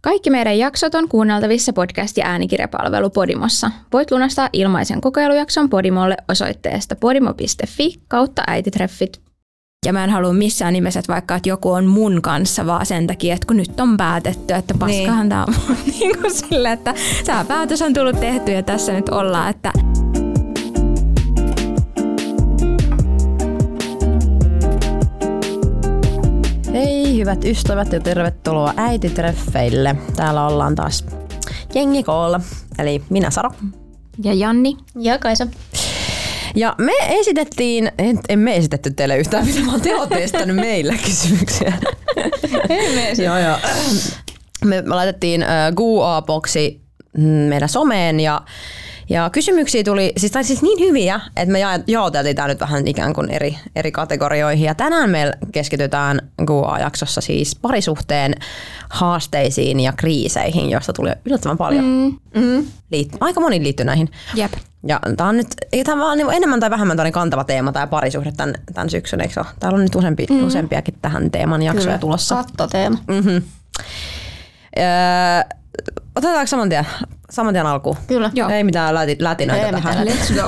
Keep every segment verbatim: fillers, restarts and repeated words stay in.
Kaikki meidän jaksot on kuunneltavissa podcast- ja äänikirjapalvelu Podimossa. Voit lunastaa ilmaisen kokeilujakson Podimolle osoitteesta podimo piste fi kautta äititreffit. Ja mä en halua missään nimessä, että vaikka että joku on mun kanssa, vaan sen takia, että kun nyt on päätetty, että paskahan niin. Tää on niin kuin sille, että tämä päätös on tullut tehty ja tässä nyt ollaan, että hei hyvät ystävät ja tervetuloa äititreffeille. Täällä ollaan taas jengi koolla, eli minä Sara. Ja Janni. Ja Kaisa. Ja me esitettiin, en, en me esitetty teille yhtään mitään, vaan te olette esittänyt meille kysymyksiä. Ei me joo, joo. Me, me laitettiin äh, Q A-boksi meidän someen ja Ja kysymyksiä tuli siis, tai siis niin hyviä, että me jaoteltiin tämä nyt vähän ikään kuin eri, eri kategorioihin. Ja tänään me keskitytään Q A-jaksossa siis parisuhteen haasteisiin ja kriiseihin, joista tuli yllättävän paljon. Mm. Mm. Liit- aika moni liittyy näihin. Jep. Ja tämä on nyt tämä on enemmän tai vähemmän kantava teema, tämä parisuhde tämän, tämän syksyn, eikö ole? Täällä on nyt useampi, mm. useampiakin tähän teeman jaksoja Kyllä. tulossa. Kattoteema. Mm-hmm. Öö, Otetaanko saman tien, saman tien alkuun? Kyllä. Joo. Ei mitään läti, lätinöitä Ei tähän. Let's go.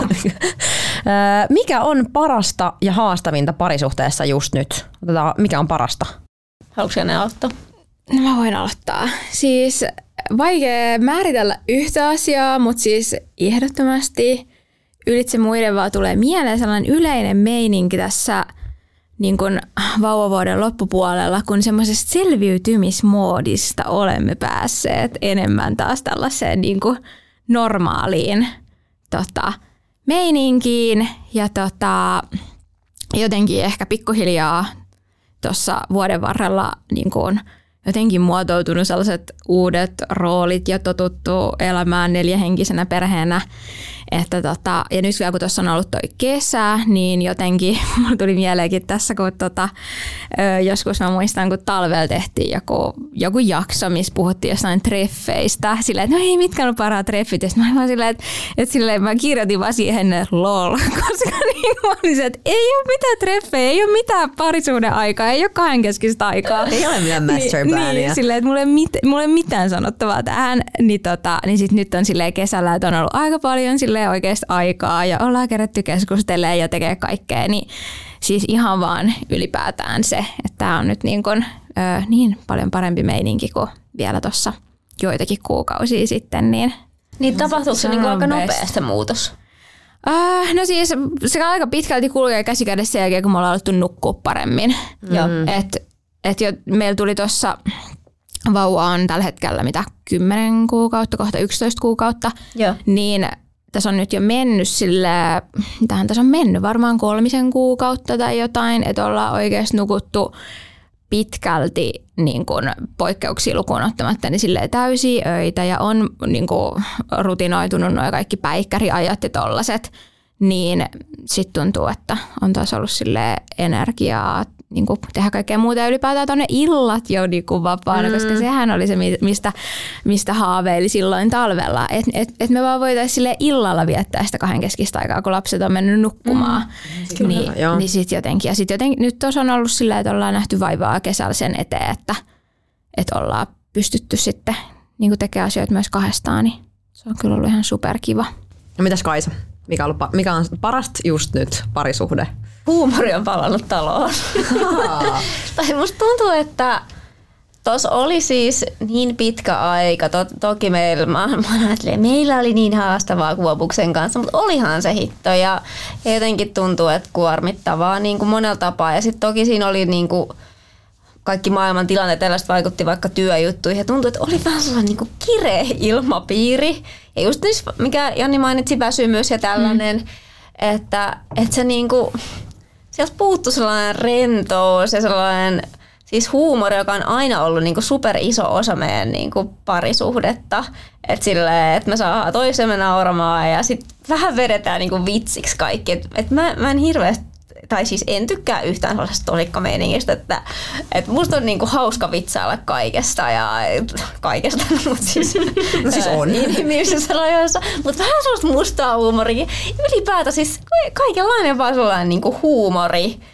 Mikä on parasta ja haastavinta parisuhteessa just nyt? Otetaan, mikä on parasta? Haluatko ne aloittaa? No mä voin aloittaa. Siis vaikea määritellä yhtä asiaa, mutta siis ehdottomasti ylitse muiden vaan tulee mieleen sellainen yleinen meininki tässä niin kuin vauvavuoden loppupuolella, kun semmoisesta selviytymismoodista olemme päässeet enemmän taas tällaiseen niin kuin normaaliin tota, meininkiin. Ja tota, jotenkin ehkä pikkuhiljaa tuossa vuoden varrella niin kuin jotenkin muotoutunut sellaiset uudet roolit ja totuttu elämään neljähenkisenä perheenä. Että tota, ja nyt kun tuossa on ollut toi kesä, niin jotenkin mulla tuli mieleenkin tässä, kun tota, ö, joskus mä muistan, kun talvella tehtiin joku, joku jakso, missä puhuttiin jostain treffeistä. Silleen, että no ei, mitkä on parhaat treffit. Ja mä olin silleen, että, että silleen, mä kirjoitin vaan siihen lol, koska niin mä olin se, että ei ole mitään treffejä, ei ole mitään parisuuden aikaa, ei ole kahdenkeskistä aikaa. Ei ole mitään masterplania. Niin, niin silleen, että mulla ei, mit, mulla ei mitään sanottavaa tähän. Niin, tota, niin sit nyt on silleen kesällä, että on ollut aika paljon silleen oikeasti aikaa ja ollaan kerätty keskustelemaan ja tekee kaikkea, niin siis ihan vaan ylipäätään se, että tämä on nyt niin, kuin, ö, niin paljon parempi meininki kuin vielä tuossa joitakin kuukausia sitten. Niin, niin tapahtuuko se, se niin aika nopeasti muutos? Äh, no siis se aika pitkälti kulkee käsikädessä sen jälkeen, kun me ollaan alettu nukkua paremmin. Mm. Et, et jo, meillä tuli tuossa vauva on tällä hetkellä mitä kymmenen kuukautta, kohta yksitoista kuukautta, Joo. niin tässä on nyt jo mennyt sille, mitähän tässä on mennyt, varmaan kolmisen kuukautta tai jotain, että ollaan oikeasti nukuttu pitkälti niin kuin poikkeuksia lukuun ottamatta niin silleen täysiä öitä ja on niin kuin rutinoitunut nuo kaikki päikkäriajat ja tollaset, niin sitten tuntuu, että on taas ollut silleen energiaa niin kuin tehdä kaikkea muuta ja ylipäätään tuonne illat jo niin kuin vapaana, mm. koska sehän oli se, mistä, mistä haaveili silloin talvella. Että et, et me vaan voitaisiin illalla viettää sitä kahdenkeskistä aikaa, kun lapset on mennyt nukkumaan. Mm. Niin, niin sitten jotenkin. Ja sitten jotenkin nyt tuossa on ollut silleen, että ollaan nähty vaivaa kesällä sen eteen, että, että ollaan pystytty sitten niin kuin tekemään asioita myös kahdestaan. Niin se on kyllä ollut ihan superkiva. No mitäs Kaisa? Mikä on, mikä on parasta just nyt parisuhde? Huumori on palannut taloon. Tai musta tuntuu, että tuossa oli siis niin pitkä aika. To, toki meillä, mä, mä ajattelen, meillä oli niin haastavaa Kuopuksen kanssa, mutta olihan se hitto. Ja, ja jotenkin tuntuu, että kuormittavaa niin kuin monella tapaa. Ja sitten toki siinä oli niin kuin kaikki maailman tilanteet tällaista vaikutti vaikka työjuttuihin. Ja tuntui, että oli vähän sellainen niin kuin kireä ilmapiiri. Ja just nyt, mikä Janni mainitsi, väsymys ja tällainen, mm. että, että se niinku, sieltä puuttui sellainen rentous ja sellainen siis huumori, joka on aina ollut niinku super iso osa meidän niinku parisuhdetta. Että silleen, että me saadaan toisemme nauramaan ja sitten vähän vedetään niinku vitsiksi kaikki. Että et mä, mä en hirveästi, tai siis en tykkää yhtään sellaisesta tolikkameiningistä, että et musta on niinku hauska vitsailla kaikesta ja kaikesta, mutta siis, no siis on. Inhimillisissä rajoissa, mutta vähän sellaista mustaa huumoria. Ylipäätään siis kaikenlainen vaan sellainen niinku huumori.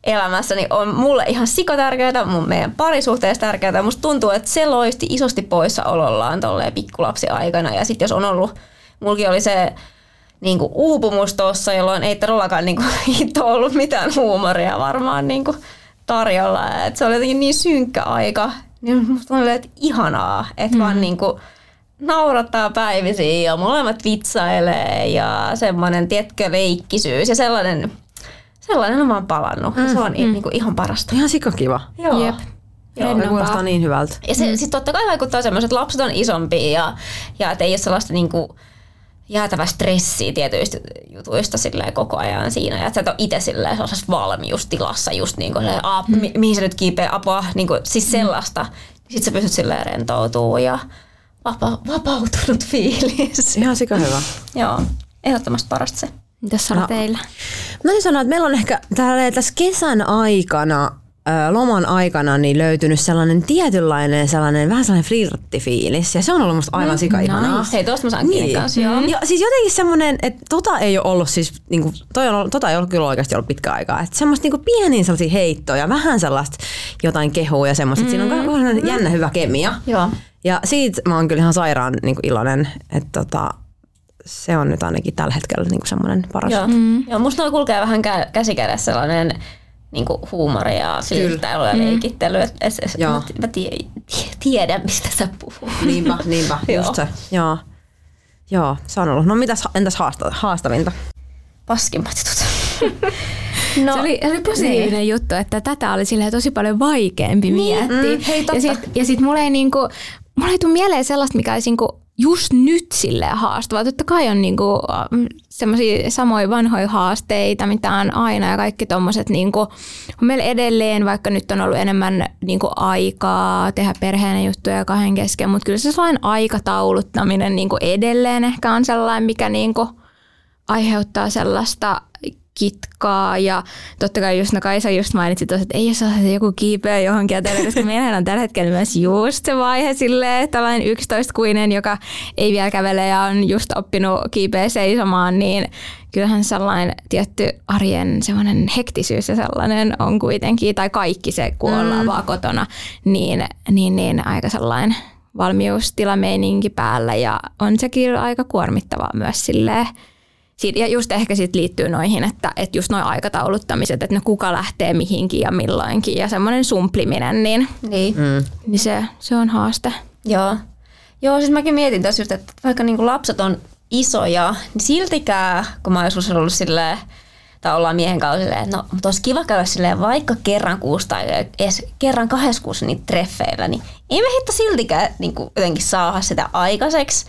elämässäni on mulle ihan sikatärkeää, mun meidän parisuhteessa tärkeää. Musta tuntuu, että se loisti isosti poissaolollaan tolleen pikkulapsi aikana. Ja sitten jos on ollut, mullakin oli se niinku uupumus tossa, jolloin ei todellakaan niinku hitto ollut mitään huumoria varmaan niinku tarjolla. Et se oli jotenkin niin synkkä aika. Niin musta oli, että ihanaa, että mm. vaan niinku naurattaa päivisiin ja molemmat vitsailee ja semmoinen, tiedätkö, leikkisyys ja sellainen, sellainen on vaan palannut. Mm. Se on mm. niinku ihan parasta. Ihan sikakiva. Joo. Jep. Joo, se kuulostaa niin hyvältä. Ja se mm. sitten totta kai vaikuttaa semmoiset, että lapset on isompia ja, ja että ei ole sellaista niinku jäätävä stressiä tietyistä jutuista silleen koko ajan siinä. Ja että sä et ole itse silleen sellaisessa valmiustilassa just niin kuin mm. aap, mi, mihin se nyt kiipeä, apua, niin kuin, siis sellaista. Sitten sä pystyt silleen rentoutumaan ja vapa, vapautunut fiilis. Ihan sika hyvä. Joo, ehdottomasti parasta se. Mitäs sanoo no. teillä? Mä olisin sanoa, että meillä on ehkä täällä, tässä kesän aikana, loman aikana niin löytynyt sellainen tietynlainen, sellainen vähän sellainen flirttifiilis. Ja se on ollut musta aivan sika ihanaa. Nice. Hei, tosta mä saan kiinni niin. kanssa. Joo. Ja siis jotenkin semmoinen, että tota ei ole ollut siis, niinku, toi on, tota ei ole kyllä oikeasti ollut pitkä aikaa. Että semmoista niinku pieniä sellaisia heittoja, vähän sellaista jotain kehua ja semmoista. Mm. Siinä on mm. jännä hyvä kemia. Joo. Ja siitä mä oon kyllä ihan sairaan niinku iloinen, että tota, se on nyt ainakin tällä hetkellä niinku semmoinen paras. Joo. Mm. Joo, musta noi kulkee vähän kä- käsikädessä sellainen niinku huumori ja flirttailu ja leikittely. Et, et, et, mä, mä tie, tiedän, mistä sä puhut. Niinpä, niinpä. Just se. Joo. Joo, se on ollut. No mitäs, entäs haasta, haastavinta? Paskimmat jutut. No, se oli, se oli positiivinen niin. juttu, että tätä oli silleen tosi paljon vaikeampi miettiä. Mm, hei, ja sitten sit mulle ei, niinku, mulle ei tule mieleen sellaista, mikä olisi niinku just nyt silleen haastavaa. Totta kai on niinku semmoisia samoja vanhoja haasteita, mitä on aina ja kaikki tommoset niinku, on meillä edelleen, vaikka nyt on ollut enemmän niinku aikaa tehdä perheen juttuja kahden kesken, mutta kyllä se sellainen aikatauluttaminen niinku edelleen ehkä on sellainen, mikä niinku aiheuttaa sellaista kitkaa ja totta kai just no Kaisa just mainitsi tuossa, että ei jos on joku kiipeä johonkin ja tällä, koska meillä on tällä hetkellä myös just se vaihe silleen, tällainen yksitoistakuinen, joka ei vielä kävele ja on just oppinut kiipeä seisomaan, niin kyllähän sellainen tietty arjen sellainen hektisyys ja sellainen on kuitenkin, tai kaikki se, kun ollaan mm. vaan kotona, niin, niin, niin aika sellainen valmiustilameininki päällä ja on sekin aika kuormittavaa myös silleen. Ja just ehkä sit liittyy noihin, että, että just noi aikatauluttamiset, että no kuka lähtee mihinkin ja milloinkin ja semmoinen sumpliminen, niin, niin. Mm. niin se, se on haaste. Joo. Joo, siis mäkin mietin tässä just, että vaikka niinku lapset on isoja, niin siltikään, kun mä joskus ollut silleen, tai ollaan miehen kanssa silleen, että no, mutta olisi kiva käydä silleen vaikka kerran kuussa tai edes kerran kahdessa kuussa niitä treffeillä, niin ei me hitto siltikään niinku jotenkin saada sitä aikaiseksi.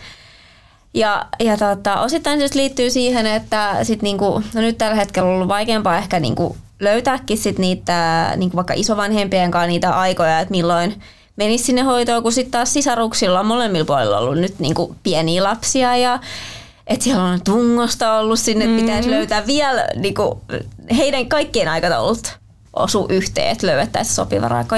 Ja, ja tota, osittain se liittyy siihen, että sit niinku, no nyt tällä hetkellä on ollut vaikeampaa ehkä niinku löytääkin sit niitä niinku vaikka isovanhempien kanssa niitä aikoja, että milloin menisi sinne hoitoon, kun sitten taas sisaruksilla on molemmilla puolilla ollut nyt niinku pieniä lapsia ja että siellä on tungosta ollut sinne, että pitäisi mm-hmm. löytää vielä niinku, heidän kaikkien aikataulut osu yhteen, että löydettäisiin sopiva rako.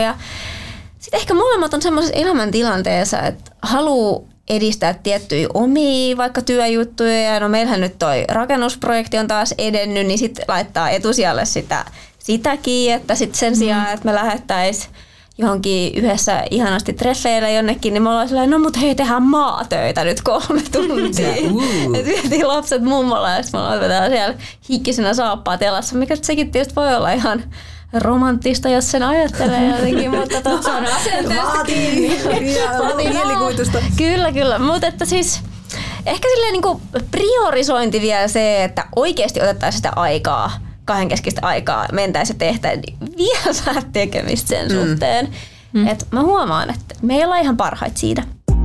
Sitten ehkä molemmat on semmoisessa elämäntilanteessa, että haluaa edistää tiettyjä omia vaikka työjuttuja. Ja no meillähän nyt toi rakennusprojekti on taas edennyt, niin sitten laittaa etusijalle sitä, sitäkin, että sitten sen sijaan, että me lähettäisiin johonkin yhdessä ihanasti treffeille jonnekin, niin me ollaan silleen, no mut hei, tehdään maatöitä nyt kolme tuntia. Että vietiin lapset mummolla ja sitten me ollaan siellä hikkisenä saappaa telassa, mikä sekin tietysti voi olla ihan romanttista, jos sen ajattelee jotenkin, mutta tot, se on asenteesta kiinni. Mielikuvitusta. Kyllä, kyllä. Mutta että siis ehkä silleen niin kuin priorisointi vielä se, että oikeasti otettaisiin sitä aikaa, kahdenkeskistä aikaa, mentäisiin ja tehtäisiin, niin vielä saa tekemistä sen mm. suhteen. Mm. Et mä huomaan, että me ei olla ihan parhaita siitä.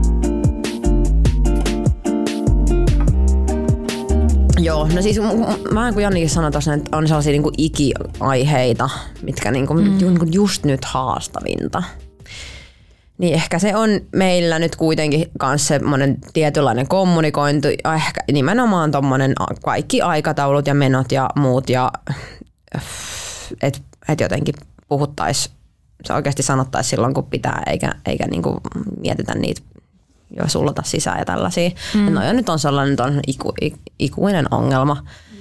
Joo, no siis mä kun Jannikin sanoi tuossa, että on sellaisia niinku ikiaiheita, mitkä niinku mm. just nyt haastavinta. Niin ehkä se on meillä nyt kuitenkin myös semmoinen tietynlainen kommunikointi, ehkä nimenomaan tommonen kaikki aikataulut ja menot ja muut ja että et jotenkin puhuttaisiin, se oikeasti sanottaisiin silloin kun pitää eikä, eikä niinku mietitä niitä jo sullata sisään ja tällaisia. Mm. No nyt on sellainen on iku, ikuinen ongelma mm.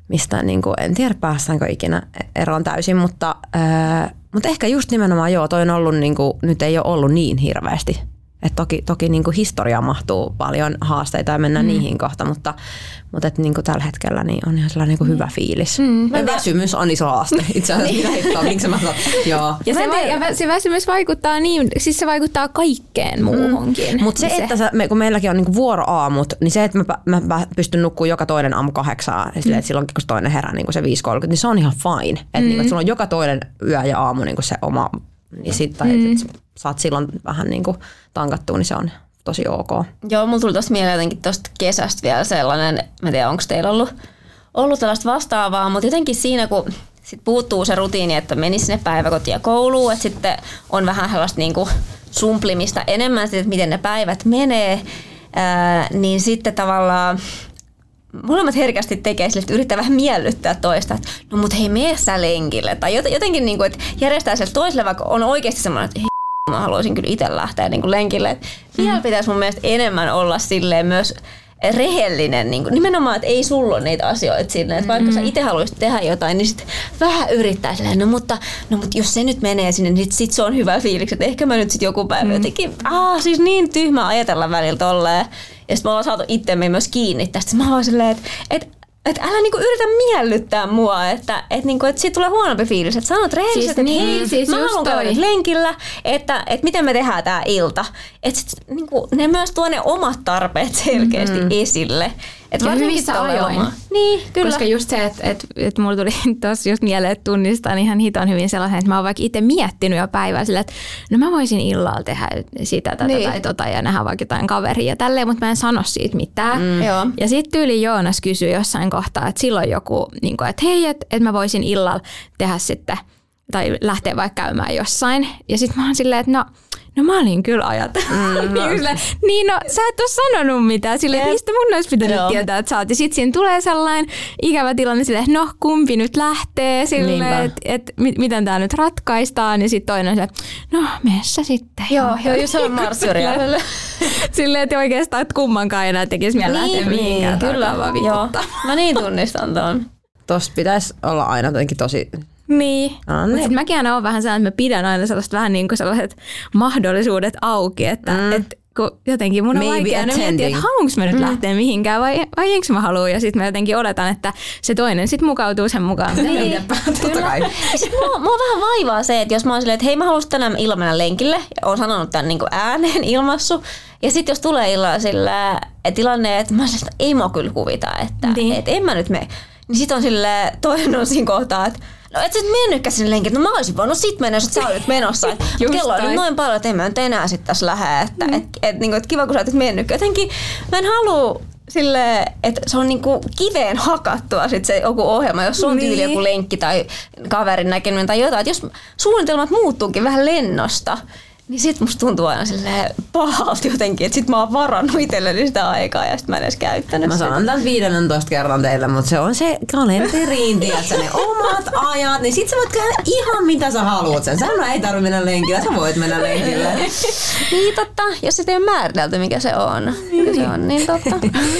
mistä niin kuin, en tiedä päästäänkö ikinä eroon täysin, mutta, ää, mutta ehkä just nimenomaan joo, toi on ollut, niin kuin, nyt ei ole ollut niin hirveästi. Et toki toki niin kuin historiaan mahtuu paljon haasteita ja mennään mm. niihin kohta, mutta, mutta et niin kuin tällä hetkellä niin on ihan sellainen niin kuin hyvä fiilis. Mm. Ja väsymys on iso haaste. Itse asiassa mitä hittoa, miksi mä sanon. Joo. Ja se, va- ja se väsymys vaikuttaa niin, siis se vaikuttaa kaikkeen muuhunkin. Mm. Mutta se, se, että sä, me, kun meilläkin on niin kuin vuoroaamut, niin se, että mä, mä, mä pystyn nukkumaan joka toinen aamu kahdeksaa, mm. silleen, että silloin kun toinen herää niin kuin se viisi kolmekymmentä, niin se on ihan fine. Että mm. niin, että sulla on joka toinen yö ja aamu niin kuin se oma, niin sitten mm. saat silloin vähän niin kuin tankattua, niin se on tosi ok. Joo, mulla tuli tosta mieleen jotenkin tosta kesästä vielä sellainen, mä en tiedä onko teillä ollut, ollut tällaista vastaavaa, mutta jotenkin siinä kun sit puuttuu se rutiini, että menisi sinne päiväkotiin ja kouluun, että sitten on vähän sellaista niin kuin sumplimista enemmän, että miten ne päivät menee, ää, niin sitten tavallaan molemmat herkästi tekee sille, että yrittää vähän miellyttää toista, että no mut hei, mene sä lenkille. Tai jotenkin, niin kuin, että järjestää sille toiselle, vaikka on oikeasti semmoinen, että hei, mä haluaisin kyllä itse lähteä niin kuin lenkille. Että mm. vielä pitäisi mun mielestä enemmän olla silleen myös rehellinen. Niin kuin, nimenomaan, että ei sulla ole niitä asioita silleen. Että vaikka mm. sä itse haluaisit tehdä jotain, niin sitten vähän yrittää silleen, no mutta, no mutta jos se nyt menee sinne, niin sit se on hyvä fiiliksi. Että ehkä mä nyt sitten joku päivä mm. jotenkin, aah siis niin tyhmää ajatella välillä tolleen. Ja sitten me ollaan saatu itsemme myös kiinni tästä. Mä oon silleen, että et, et älä niinku yritä miellyttää mua, että et niinku, et siitä tulee huonompi fiilis. Että sanot rehellisesti, siis, että hei, niin, siis mä haluan käydä lenkillä, että et miten me tehdään tää ilta. Että niinku, ne myös tuo ne omat tarpeet selkeästi mm-hmm. esille. Et ja hyvissä ajoin. Niin, kyllä. Koska just se, että et, et mulla tuli tossa just mieleen, että tunnistan ihan hiton hyvin sellaisen, että mä oon vaikka itse miettinyt jo päivää sillä, että no mä voisin illalla tehdä sitä tätä niin. tai tota ja nähdä vaikka jotain kaveria ja tälleen, mutta mä en sano siitä mitään. Mm. Ja sitten tyyli Joonas kysyi jossain kohtaa, että silloin joku, niin kuin, että hei, että et mä voisin illalla tehdä sitten tai lähteä vaikka käymään jossain. Ja sitten mä oon silleen, että no, no mä olin kyllä ajatellut. Mm, no. Niin no, sä et ole sanonut mitään. Silleen, että mistä mun olisi pitänyt Joo. tietää, että sä oot. Ja sit siinä tulee sellainen ikävä tilanne silleen, että no kumpi nyt lähtee. Silleen, että et, mit, miten tää nyt ratkaistaan. Ja sit toinen on silleen, no mene sä sitten. Joo, joo, just on marssjuria. Silleen, että oikeastaan että kummankaan enää tekisi mieltä niin, lähteä mihinkään. Kyllä, joo. Mä niin tunnistan ton. Tossa pitäisi olla aina jotenkin tosi... Niin, mutta sitten mäkin aina olen vähän sellainen, että mä pidän aina sellaista vähän niin kuin sellaiset mahdollisuudet auki, että mm. et, kun jotenkin mun on Maybe vaikea aina miettiä, että haluanko mä nyt mm. lähteä mihinkään vai, vai enkö mä haluan ja sitten mä jotenkin oletan, että se toinen sitten mukautuu sen mukaan. Niin, totta kai. Ja sitten mua, mua vähän vaivaa se, että jos mä oon silleen, että hei mä haluaisin tänään illalla mennä lenkille ja oon sanonut tämän niin kuin ääneen ilmassu ja sitten jos tulee illalla sillä tilanne, että mä sanon, että ei mua kyllä kuvita, että niin. et en mä nyt mene, niin sit on silleen toinen on siinä kohtaa, että no et sä nyt mennytkään sinne lenkille, no mä olisin voinut sit mennä, jos sä olet menossa. Kello on nyt noin paljon, että en mä nyt enää sit tässä lähde. Että mm. et, et, niinku, et kiva kun sä olet mennytkään. Jotenkin mä en halua silleen, että se on niinku kiveen hakattua sit se joku ohjelma, jos on tyyli joku lenkki tai kaverin näkeminen tai jotain. Et jos suunnitelmat muuttuukin vähän lennosta, niin sit musta tuntuu aina silleen pahalta jotenkin, että sit mä oon varannut itselleni sitä aikaa ja sit mä en edes käyttänyt Mä sanon tämän viidennentoista kerran teille, mutta se on se kalenteriin, tiedätkö, ne omat ajat, niin sit sä voit käydä ihan mitä sä haluat sen. Sä ei tarvitse mennä lenkille, sä voit mennä lenkille. Niin totta, jos sit ei ole määritelty mikä se on. Mikä se on, niin totta.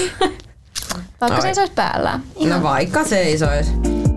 Vaikka Oi. se ei olisi päällä. Ihan. No vaikka se ei olisi.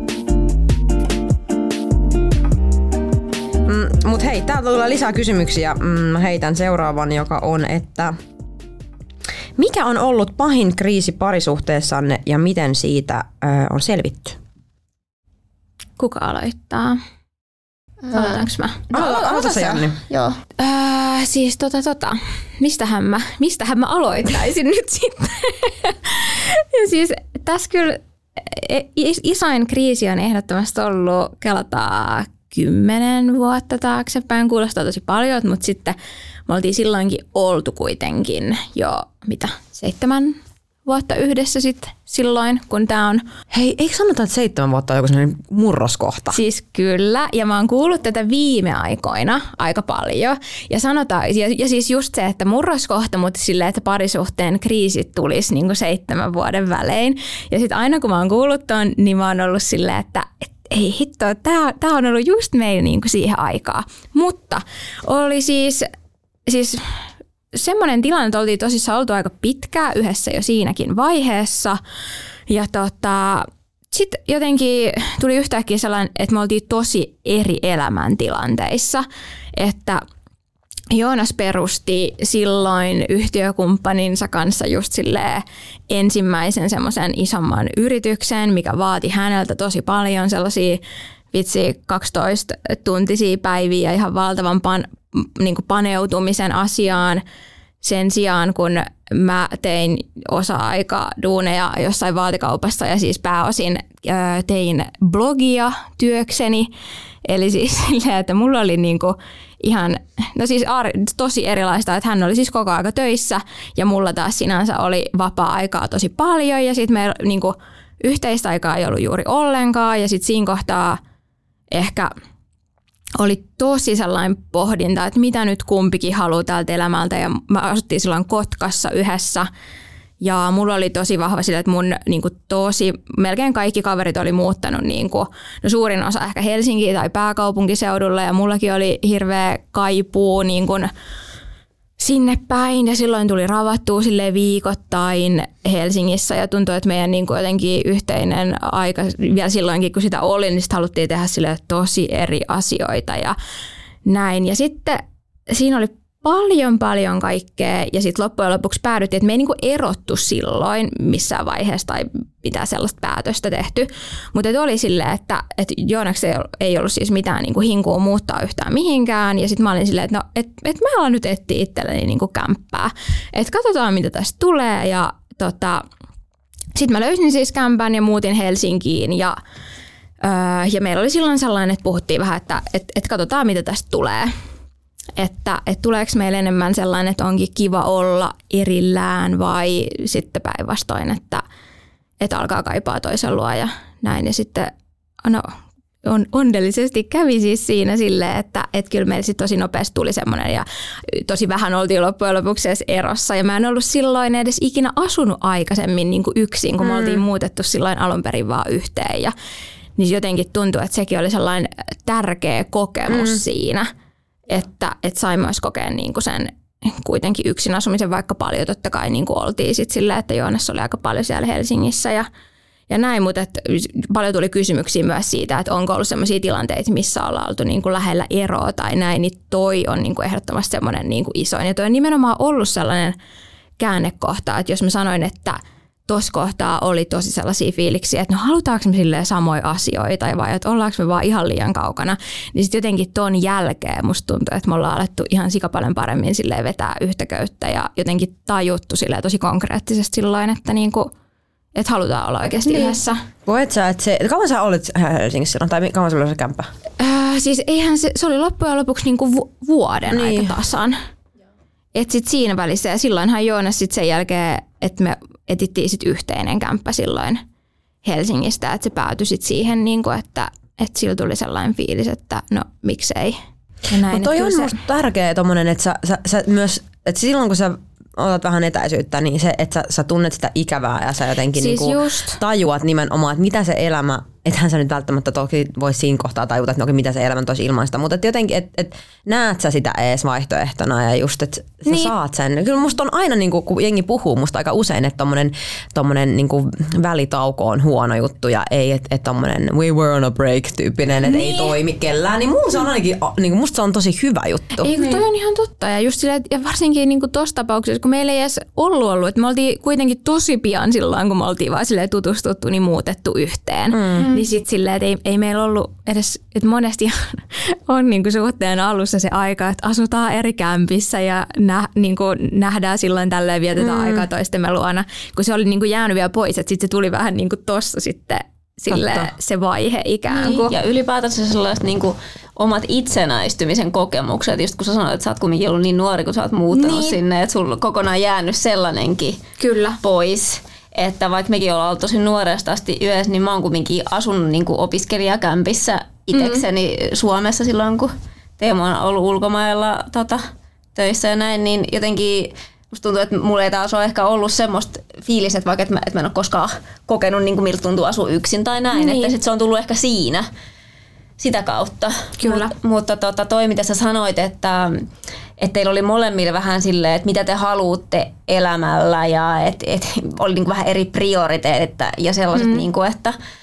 Mm, mut hei, täältä tulee lisää kysymyksiä. Mm, heitän seuraavan, joka on, että mikä on ollut pahin kriisi parisuhteessanne ja miten siitä ö, on selvitty? Kuka aloittaa? Aloitanko mä? No, aloita, aloita sä, Janni. Joo. Äh, siis tota tota, mistähän mä, mistähän mä aloittaisin nyt sitten? Ja siis tässä kyllä isoin kriisi on ehdottomasti ollut, kelataan kymmenen vuotta taaksepäin, kuulostaa tosi paljon, mutta sitten me oltiin silloinkin oltu kuitenkin jo mitä, seitsemän vuotta yhdessä sitten silloin, kun tää on... Hei, eikö sanota, että seitsemän vuotta on joku sellainen murroskohta? Siis kyllä, ja mä oon kuullut tätä viime aikoina aika paljon. Ja sanotaan, ja, ja siis just se, että murroskohta, mutta silleen, että parisuhteen kriisit tulisi niin kuin seitsemän vuoden välein. Ja sitten aina kun mä oon kuullut ton, niin mä oon ollut silleen, että ei hitto, tää, tää on ollut just meillä niin kuin siihen aikaan. Mutta oli siis... siis semmoinen tilanne, että oltiin tosissaan oltu aika pitkään yhdessä jo siinäkin vaiheessa. Ja tota, sitten jotenkin tuli yhtäkkiä sellainen, että me oltiin tosi eri elämäntilanteissa, että Joonas perusti silloin yhtiökumppaninsa kanssa just silleen ensimmäisen semmoisen isomman yrityksen, mikä vaati häneltä tosi paljon sellaisia vitsi kaksitoista tuntisia päiviä ja ihan valtavan pan, niin kuin paneutumisen asiaan sen sijaan, kun mä tein osa-aika duuneja jossain vaatekaupassa ja siis pääosin äh, tein blogia työkseni. Eli siis silleen, että mulla oli niinku ihan, no siis tosi erilaista, että hän oli siis koko aika töissä ja mulla taas sinänsä oli vapaa-aikaa tosi paljon ja sitten meillä niinku yhteistä aikaa ei ollut juuri ollenkaan ja sitten siinä kohtaa ehkä oli tosi sellainen pohdinta, että mitä nyt kumpikin haluaa tältä elämältä ja mä asuttiin silloin Kotkassa yhdessä ja mulla oli tosi vahva sille, että mun niin kuin tosi, melkein kaikki kaverit oli muuttanut niin kuin, no suurin osa ehkä Helsinkiin tai pääkaupunkiseudulle ja mullakin oli hirveä kaipuu niin kuin sinne päin ja silloin tuli ravattua silleen viikoittain Helsingissä ja tuntui, että meidän niin kuin jotenkin yhteinen aika vielä silloinkin kun sitä oli, niin sitten haluttiin tehdä silleen tosi eri asioita ja näin ja sitten siinä oli paljon paljon kaikkea ja sitten loppujen lopuksi päädyttiin, että me ei niinku erottu silloin missään vaiheessa tai mitään sellaista päätöstä tehty, mutta oli silleen, että, että Joonaksi ei ollut siis mitään niinku hinkua muuttaa yhtään mihinkään ja sitten mä olin silleen, että, no, et, et mä alan nyt etsiä itselleni niinku kämppää, että katsotaan mitä tästä tulee ja tota, sitten mä löysin siis kämpän ja muutin Helsinkiin ja, öö, ja meillä oli silloin sellainen, että puhuttiin vähän, että et, et katsotaan mitä tästä tulee. Että, että tuleeko meillä enemmän sellainen, että onkin kiva olla erillään vai sitten päinvastoin, että, että alkaa kaipaa toisen luo ja näin. Ja sitten no, on, onnellisesti kävi siis siinä silleen, että, että kyllä meillä sitten tosi nopeasti tuli semmoinen ja tosi vähän oltiin loppujen lopuksi edes erossa. Ja mä en ollut silloin edes ikinä asunut aikaisemmin niin kuin yksin, kun me mm. oltiin muutettu silloin alun perin vaan yhteen. Ja, niin jotenkin tuntui, että sekin oli sellainen tärkeä kokemus mm. siinä. Että, että sai myös kokea niinku sen kuitenkin yksin asumisen, vaikka paljon totta kai niinku oltiin sit sillä, että Joonas oli aika paljon siellä Helsingissä ja, ja näin, mutta että paljon tuli kysymyksiä myös siitä, että onko ollut sellaisia tilanteita, missä ollaan oltu niinku lähellä eroa tai näin, niin toi on niinku ehdottomasti semmoinen niinku isoin. Ja toi on nimenomaan ollut sellainen käännekohta, että jos mä sanoin, että tuossa kohtaa oli tosi sellaisia fiiliksiä, että no halutaanko me silleen samoja asioita vai että ollaanko me vaan ihan liian kaukana, niin sitten jotenkin ton jälkeen musta tuntuu, että me ollaan alettu ihan sikapaljon paremmin silleen vetää yhtä köyttä ja jotenkin tajuttu silleen tosi konkreettisesti silloin, että niinku, että halutaan olla oikeasti niin yhdessä. Voit sä, että se, kauan sä olit Helsingissä silloin, tai kauan sulla oli se kämppä? Öö, siis eihän se, se oli loppujen lopuksi niinku vu- vuoden niin aika tasan. Et sit siinä välissä ja silloinhan Joonas sit sen jälkeen, että me etittiin sit yhteinen kämppä silloin Helsingistä, että se päätyi sit siihen, niinku, että, että sillä tuli sellainen fiilis, että no miksei. Mutta toi on se musta tärkeä tommonen, että sä, sä, sä myös, että silloin kun sä otat vähän etäisyyttä, niin se, että sä, sä tunnet sitä ikävää ja sä jotenkin siis niinku tajuat nimenomaan, että mitä se elämä, ethän sä nyt välttämättä toki voi siinä kohtaa tajuta, että no, mitä se elämä tosi ilmaista, mutta et jotenkin, että et näet sä sitä ees vaihtoehtona ja just, että sä niin saat sen. Kyllä musta on aina, niinku, kun jengi puhuu musta aika usein, että tommonen, tommonen niinku välitauko on huono juttu ja ei, että et tommonen we were on a break -tyyppinen, että niin ei toimi kellään, niin mulla se on ainakin, niinku, musta se on tosi hyvä juttu. Ei, kun toi on ihan totta ja just sillä, ja varsinkin niinku tossa tapauksessa, kun meillä ei edes ollut ollut, että me oltiin kuitenkin tosi pian silloin, kun me oltiin vaan tutustuttu, niin muutettu yhteen. Mm. Niin sit silleen, että ei, ei meillä ollut edes, että monesti on niinku suhteen alussa se aika, että asutaan eri kämpissä ja nä, niinku nähdään silloin tälleen, vietetään mm. aikaa toistemme luona, kun se oli niinku jäänyt vielä pois, että sitten se tuli vähän niinku tossa sitten silleen se vaihe ikään kuin. Niin. Ja ylipäätänsä sellaiset niinku omat itsenäistymisen kokemukset, just kun sä sanoit, että sä oot kuitenkin ollut niin nuori, kun sä oot muuttanut niin sinne, että sulla on kokonaan jäänyt sellainenkin Kyllä. pois. Että vaikka mekin ollaan ollut tosi nuoresta asti yhdessä, niin mä oon kuitenkin asunut niin kuin opiskelijakämpissä itsekseni mm. Suomessa silloin, kun Teemu on ollut ulkomailla tota, töissä ja näin, niin jotenkin musta tuntuu, että mulla ei taas ole ehkä ollut semmoista fiilistä, että vaikka että mä, että mä en ole koskaan kokenut, niin kuin miltä tuntuu asua yksin tai näin, niin että sit se on tullut ehkä siinä sitä kautta. Kyllä. Mut, mutta tota, toi, mitä sä sanoit, että että teillä oli molemmille vähän silleen, että mitä te haluatte elämällä ja että et oli niinku vähän eri prioriteetit ja sellaiset, mm. niinku, että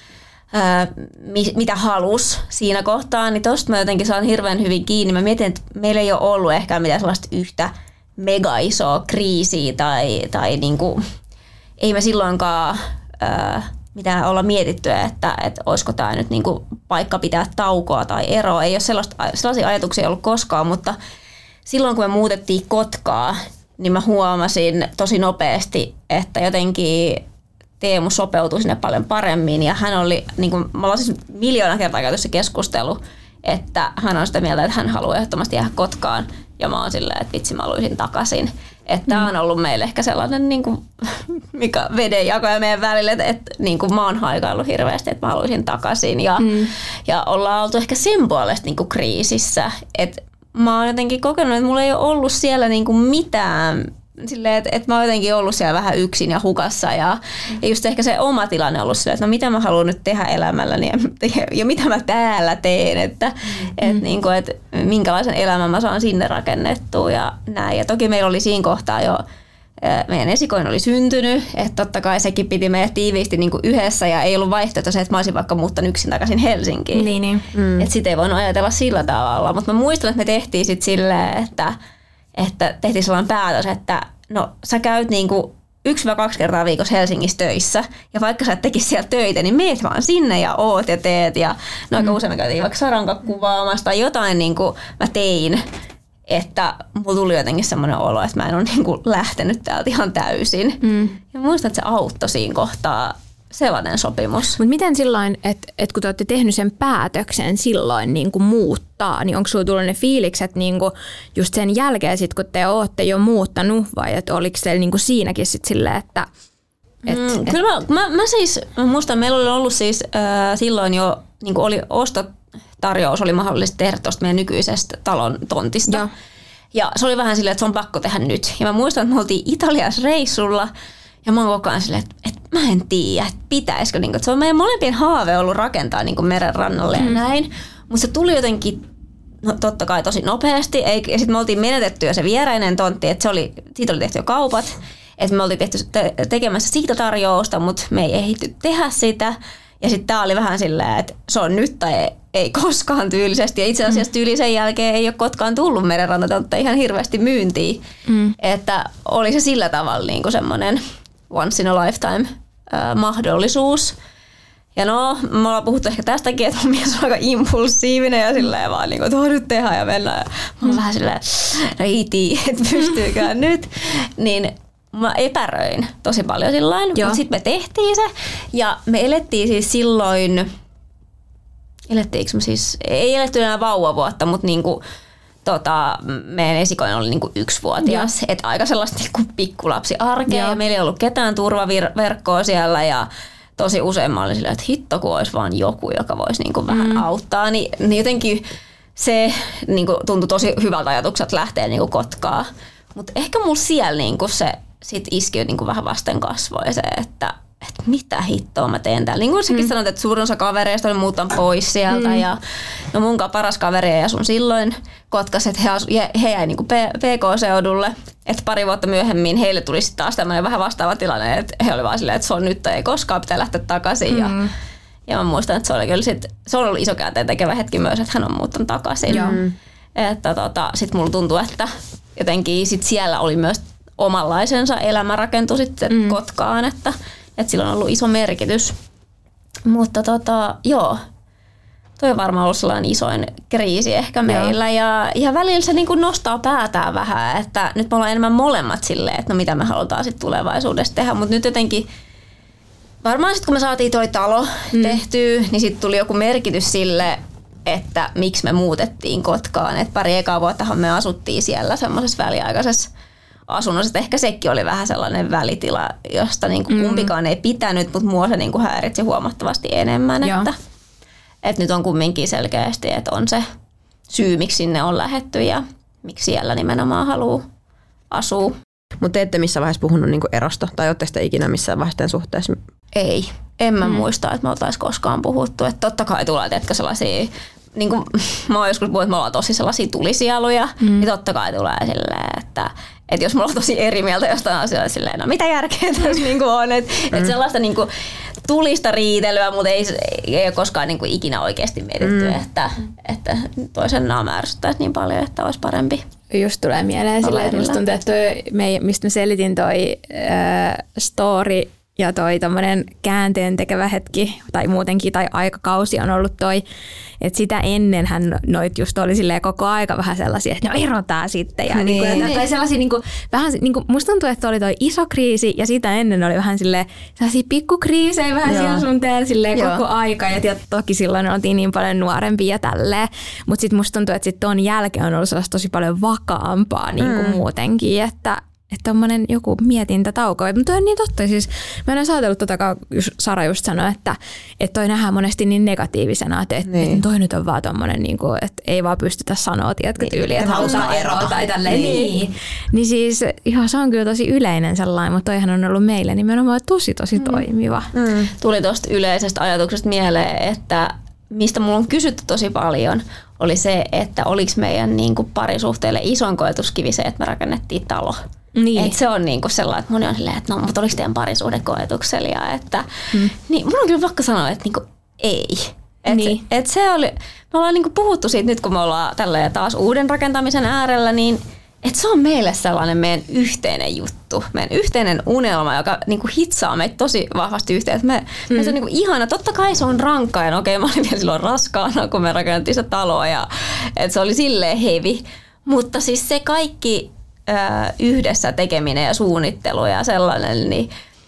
ää, mi, mitä halus siinä kohtaa, niin tosta mä jotenkin saan hirveän hyvin kiinni. Mä mietin, että meillä ei ole ollut ehkä mitään sellaista yhtä mega isoa kriisiä tai, tai niinku, ei me silloinkaan ää, mitään olla mietitty, että, että olisiko tämä nyt niinku paikka pitää taukoa tai eroa. Ei ole sellaista, sellaisia ajatuksia ollut koskaan, mutta silloin kun me muutettiin Kotkaa, niin mä huomasin tosi nopeasti, että jotenkin Teemu sopeutui sinne paljon paremmin ja hän oli, niin kuin, me ollaan siis miljoona kertaa käyty se keskustelu, että hän on sitä mieltä, että hän haluaa ehdottomasti jäädä Kotkaan ja mä oon silleen, että vitsi mä haluaisin takaisin. Että tämä on ollut meille ehkä sellainen, niin kuin, mikä vedenjakoja meidän välillä, että, että niin kuin mä oon haikaillut hirveästi, että mä haluaisin takaisin ja, mm. ja ollaan oltu ehkä sen puolesta niin kuin kriisissä, että mä oon jotenkin kokenut, että mulla ei ole ollut siellä niin kuin mitään. Silleen, että, että mä oon jotenkin ollut siellä vähän yksin ja hukassa ja, mm. ja just ehkä se oma tilanne on ollut silleen, että no mitä mä haluan nyt tehdä elämälläni ja, ja mitä mä täällä teen, että, mm. et, niin kuin, että minkälaisen elämän mä saan sinne rakennettua ja näin. Ja toki meillä oli siinä kohtaa jo, meidän esikoinen oli syntynyt, että totta kai sekin piti meidät tiiviisti niin kuin yhdessä ja ei ollut vaihtoehto se, että mä olisin vaikka muuttanut yksin takaisin Helsinkiin. Niin, niin. Mm. Että sit ei voinut ajatella sillä tavalla, mutta mä muistan, että me tehtiin sit silleen, että että tehtiin sellainen päätös, että no sä käyt niinku yksi vai kaksi kertaa viikossa Helsingissä töissä ja vaikka sä et tekisi siellä töitä, niin meet vaan sinne ja oot ja teet ja no aika mm. usein me käytiin vaikka saranka kuvaamassa tai jotain niinku mä tein, että mulla tuli jotenkin semmoinen olo, että mä en ole niinku lähtenyt täältä ihan täysin. Mm. Ja muistan, että se auttoi siinä kohtaa sellainen sopimus. Mutta miten silloin, että et kun te olette tehnyt sen päätöksen silloin niin kuin muuttaa, niin onko sinulla tullut ne fiilikset niin kuin just sen jälkeen, sit, kun te olette jo muuttanut, vai että oliko teillä niin kuin siinäkin sit silleen, että... Et, mm, et... Kyllä mä, mä, mä siis, mä muistan, meillä oli ollut siis äh, silloin jo, niin kuin oli ostotarjous, oli mahdollista tehdä tuosta meidän nykyisestä talon tontista. Ja. ja se oli vähän silleen, että se on pakko tehdä nyt. Ja mä muistan, että me oltiin Italiassa reissulla, ja mä oon koko ajan silleen, että, että mä en tiedä, että pitäisikö. Niin kuin, että se on meidän molempien haave ollut rakentaa niin kuin meren rannalle ja mm. näin. Mutta se tuli jotenkin, no, totta kai tosi nopeasti. Ja sitten me oltiin menetetty jo se viereinen tontti, että se oli, siitä oli tehty jo kaupat. Että me oltiin tehty te- tekemässä siitä tarjousta, mutta me ei ehditty tehdä sitä. Ja sitten tää oli vähän silleen, että se on nyt tai ei, ei koskaan tyylisesti. Ja itse asiassa tyyli sen jälkeen ei ole koskaan tullut merenrannatontteja ihan hirveästi myyntiin. Mm. Että oli se sillä tavalla niin kuin semmoinen once in a lifetime äh, mahdollisuus. Ja no, me ollaan puhuttu ehkä tästäkin, että mun mies on aika impulsiivinen ja silleen vaan niin kuin, että nyt tehdään ja mennään. Ja mä oon mm. vähän silleen, no ei tiedä, että pystyykään nyt. Niin mä epäröin tosi paljon sillain, mutta sitten me tehtiin se. Ja me elettiin siis silloin, elettiinkö me siis, ei eletty enää vauvavuotta, mutta niinku, tota, meidän esikoinen oli niinku yksivuotias. Että aika sellaista niinku pikkulapsiarkea. Ja meillä ei ollut ketään turvaverkkoa siellä ja tosi usein mä olin silleen, että hitto kun olisi vaan joku, joka voisi niinku vähän mm. auttaa. Niin, niin jotenkin se niinku tuntui tosi hyvältä ajatukselta lähteä niinku Kotkaan. Mutta ehkä mulla siellä niinku se sitten iski niinku vähän vasten kasvoja se, että, että mitä hittoa mä teen täällä. Niin kuin säkin mm. sanoit, että suurin osa kavereista oli muuttanut pois sieltä. Mm. Ja no munkaan paras kaveri ei asun silloin Kotkassa, että he, asu, he jäi niinku P K-seudulle. Että pari vuotta myöhemmin heille tuli sitten taas tämmöinen vähän vastaava tilanne, että he oli vaan silleen, että se on nyt tai ei koskaan, pitää lähteä takaisin. Mm. Ja, ja mä muistan, että se oli kyllä sit, se on ollut iso käänteen tekevä hetki myös, että hän on muuttanut takaisin. Mm. Että tota, sitten mulla tuntui, että jotenkin sit siellä oli myös omanlaisensa elämä rakentui sitten mm. Kotkaan, että, että sillä on ollut iso merkitys. Mutta tota, joo, toi on varmaan ollut sellainen isoin kriisi ehkä meillä. Ja, ja välillä se niin kuin nostaa päätään vähän, että nyt me ollaan enemmän molemmat silleen, että no mitä me halutaan sitten tulevaisuudessa tehdä. Mutta nyt jotenkin, varmaan sitten kun me saatiin toi talo mm. tehtyä, niin sitten tuli joku merkitys sille, että miksi me muutettiin Kotkaan. Et pari ekaa vuottahan me asuttiin siellä semmoisessa väliaikaisessa asunnossa. Ehkä sekin oli vähän sellainen välitila, josta niinku mm. kumpikaan ei pitänyt, mutta mua se niinku häiritsi huomattavasti enemmän. Että, että nyt on kumminkin selkeästi, että on se syy, miksi sinne on lähdetty ja miksi siellä nimenomaan haluaa asua. Mutta te ette missään vaiheessa puhunut niinku erosta tai ootteko te ikinä missään vaiheessa suhteessa? Ei. En mä mm. muista, että me oltaisiin koskaan puhuttu. Että totta kai tulee teetkö sellaisia, niin kuin mä oon joskus puhunut, että me ollaan tosi sellaisia tulisieluja, mm. niin totta kai tulee silleen, että, että jos me ollaan tosi eri mieltä jostain asioista, silleen, no mitä järkeä tässä niin kuin on. Että, mm. että sellaista niin kuin, tulista riitelyä, mutta ei, ei ole koskaan niin kuin ikinä oikeasti mietitty, mm. että, että toisen naama ärsyttäisi niin paljon, että olisi parempi. Just tulee mieleen silleen, että musta tuntuu, että toi, me, mistä mä selitin toi äh, story ja toi tommonen käänteen tekevä hetki tai muutenkin tai aikakausi on ollut toi, että sitä ennenhän noit just oli silleen koko aika vähän sellaisia, että no erotaan sitten. Ja niin. Niin kuin, tai sellaisia niin kuin, vähän, niin kuin, musta tuntuu, että oli toi iso kriisi ja sitä ennen oli vähän silleen sellaisia pikkukriisejä vähän siellä sun täällä silleen koko aika. Ja toki silloin oltiin niin paljon nuorempia ja tälleen, mutta sitten musta tuntuu, että sit ton jälkeen on ollut sellaista tosi paljon vakaampaa niin kuin mm. muutenkin, että että tommonen joku mietintätauko. Mutta toi on niin totta. Siis mä en ole ajatellut tota, kun Sara just sanoi, että, että toi nähdään monesti niin negatiivisena, että, niin. että toi nyt on vaan tommonen, niin kuin, että ei vaan pystytä sanoa, tiedätkö, tyyliin, että halutaan eroa tai tälleen. Niin. Niin. niin siis ihan se on kyllä tosi yleinen sellainen, mutta toihan on ollut meille nimenomaan tosi tosi mm. toimiva. Mm. Tuli tosta yleisestä ajatuksesta mieleen, että mistä mulla on kysytty tosi paljon, oli se, että oliko meidän niin kuin parisuhteelle isoin koetuskivi se, että me rakennettiin talo. Niin. Et se on niinku sellainen, että moni on silleen, että no, mutta oliko teidän parisuhdekoetuksella, että hmm. niin mun on kyllä pakko sanoa, että niinku ei. Et, niin. et se oli, me ollaan niinku puhuttu siitä nyt, kun me ollaan tälleen taas uuden rakentamisen äärellä, niin että se on meille sellainen meidän yhteinen juttu, meidän yhteinen unelma, joka niinku hitsaa meitä tosi vahvasti yhteen. Et me, hmm. me se on niinku ihana, totta kai se on rankkaa, ja okei, mä olin vielä silloin raskaana, kun me rakennettiin sitä taloa, ja että se oli silleen hevi, mutta siis se kaikki yhdessä tekeminen ja suunnittelu ja sellainen, niin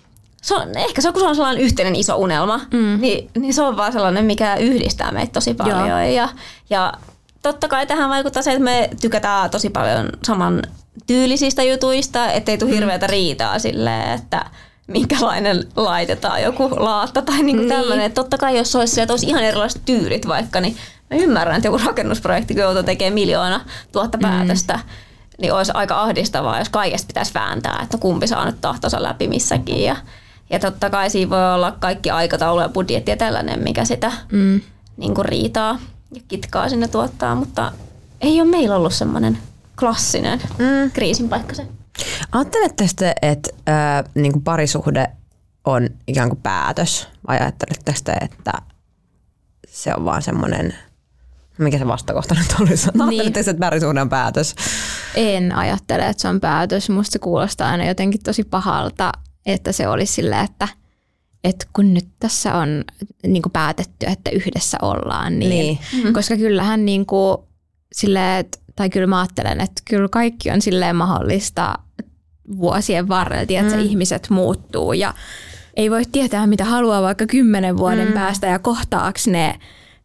se on, ehkä se on, kun se on sellainen yhteinen iso unelma, mm. niin, niin se on vaan sellainen, mikä yhdistää meitä tosi paljon. Ja, ja totta kai tähän vaikuttaa se, että me tykätään tosi paljon saman tyylisistä jutuista, ettei tule hirveätä riitaa silleen, että minkälainen laitetaan joku laatta tai niinku niin. tämmöinen. Että totta kai jos olisi silleen, että olisi ihan erilaiset tyylit vaikka, niin mä ymmärrän, että joku rakennusprojekti, kun joutuu tekemään miljoona tuhatta päätöstä, mm. niin olisi aika ahdistavaa, jos kaikesta pitäisi vääntää, että kumpi saa nyt tahtonsa läpi missäkin. Ja, ja totta kai siinä voi olla kaikki aikataulu ja budjetti ja tällainen, mikä sitä mm. niin kuin riitaa ja kitkaa sinne tuottaa, mutta ei ole meillä ollut semmoinen klassinen mm. kriisin paikka se. Ajatteletteko te, että äh, niin kuin parisuhde on ikään kuin päätös, vai ajatteletteko te, että se on vaan semmoinen... Mikä se vastakohta nyt olisi? Niin. Ajatteletteko, että parisuhde on päätös? En ajattele, että se on päätös. Musta se kuulostaa aina jotenkin tosi pahalta, että se olisi silleen, että, että kun nyt tässä on niin kuin päätetty, että yhdessä ollaan. Niin, niin. Mm-hmm. Koska kyllähän niin kuin, silleen, tai kyllä mä ajattelen, että kyllä kaikki on silleen mahdollista vuosien varrella, että mm. ihmiset muuttuu ja ei voi tietää, mitä haluaa vaikka kymmenen vuoden mm. päästä ja kohtaaks ne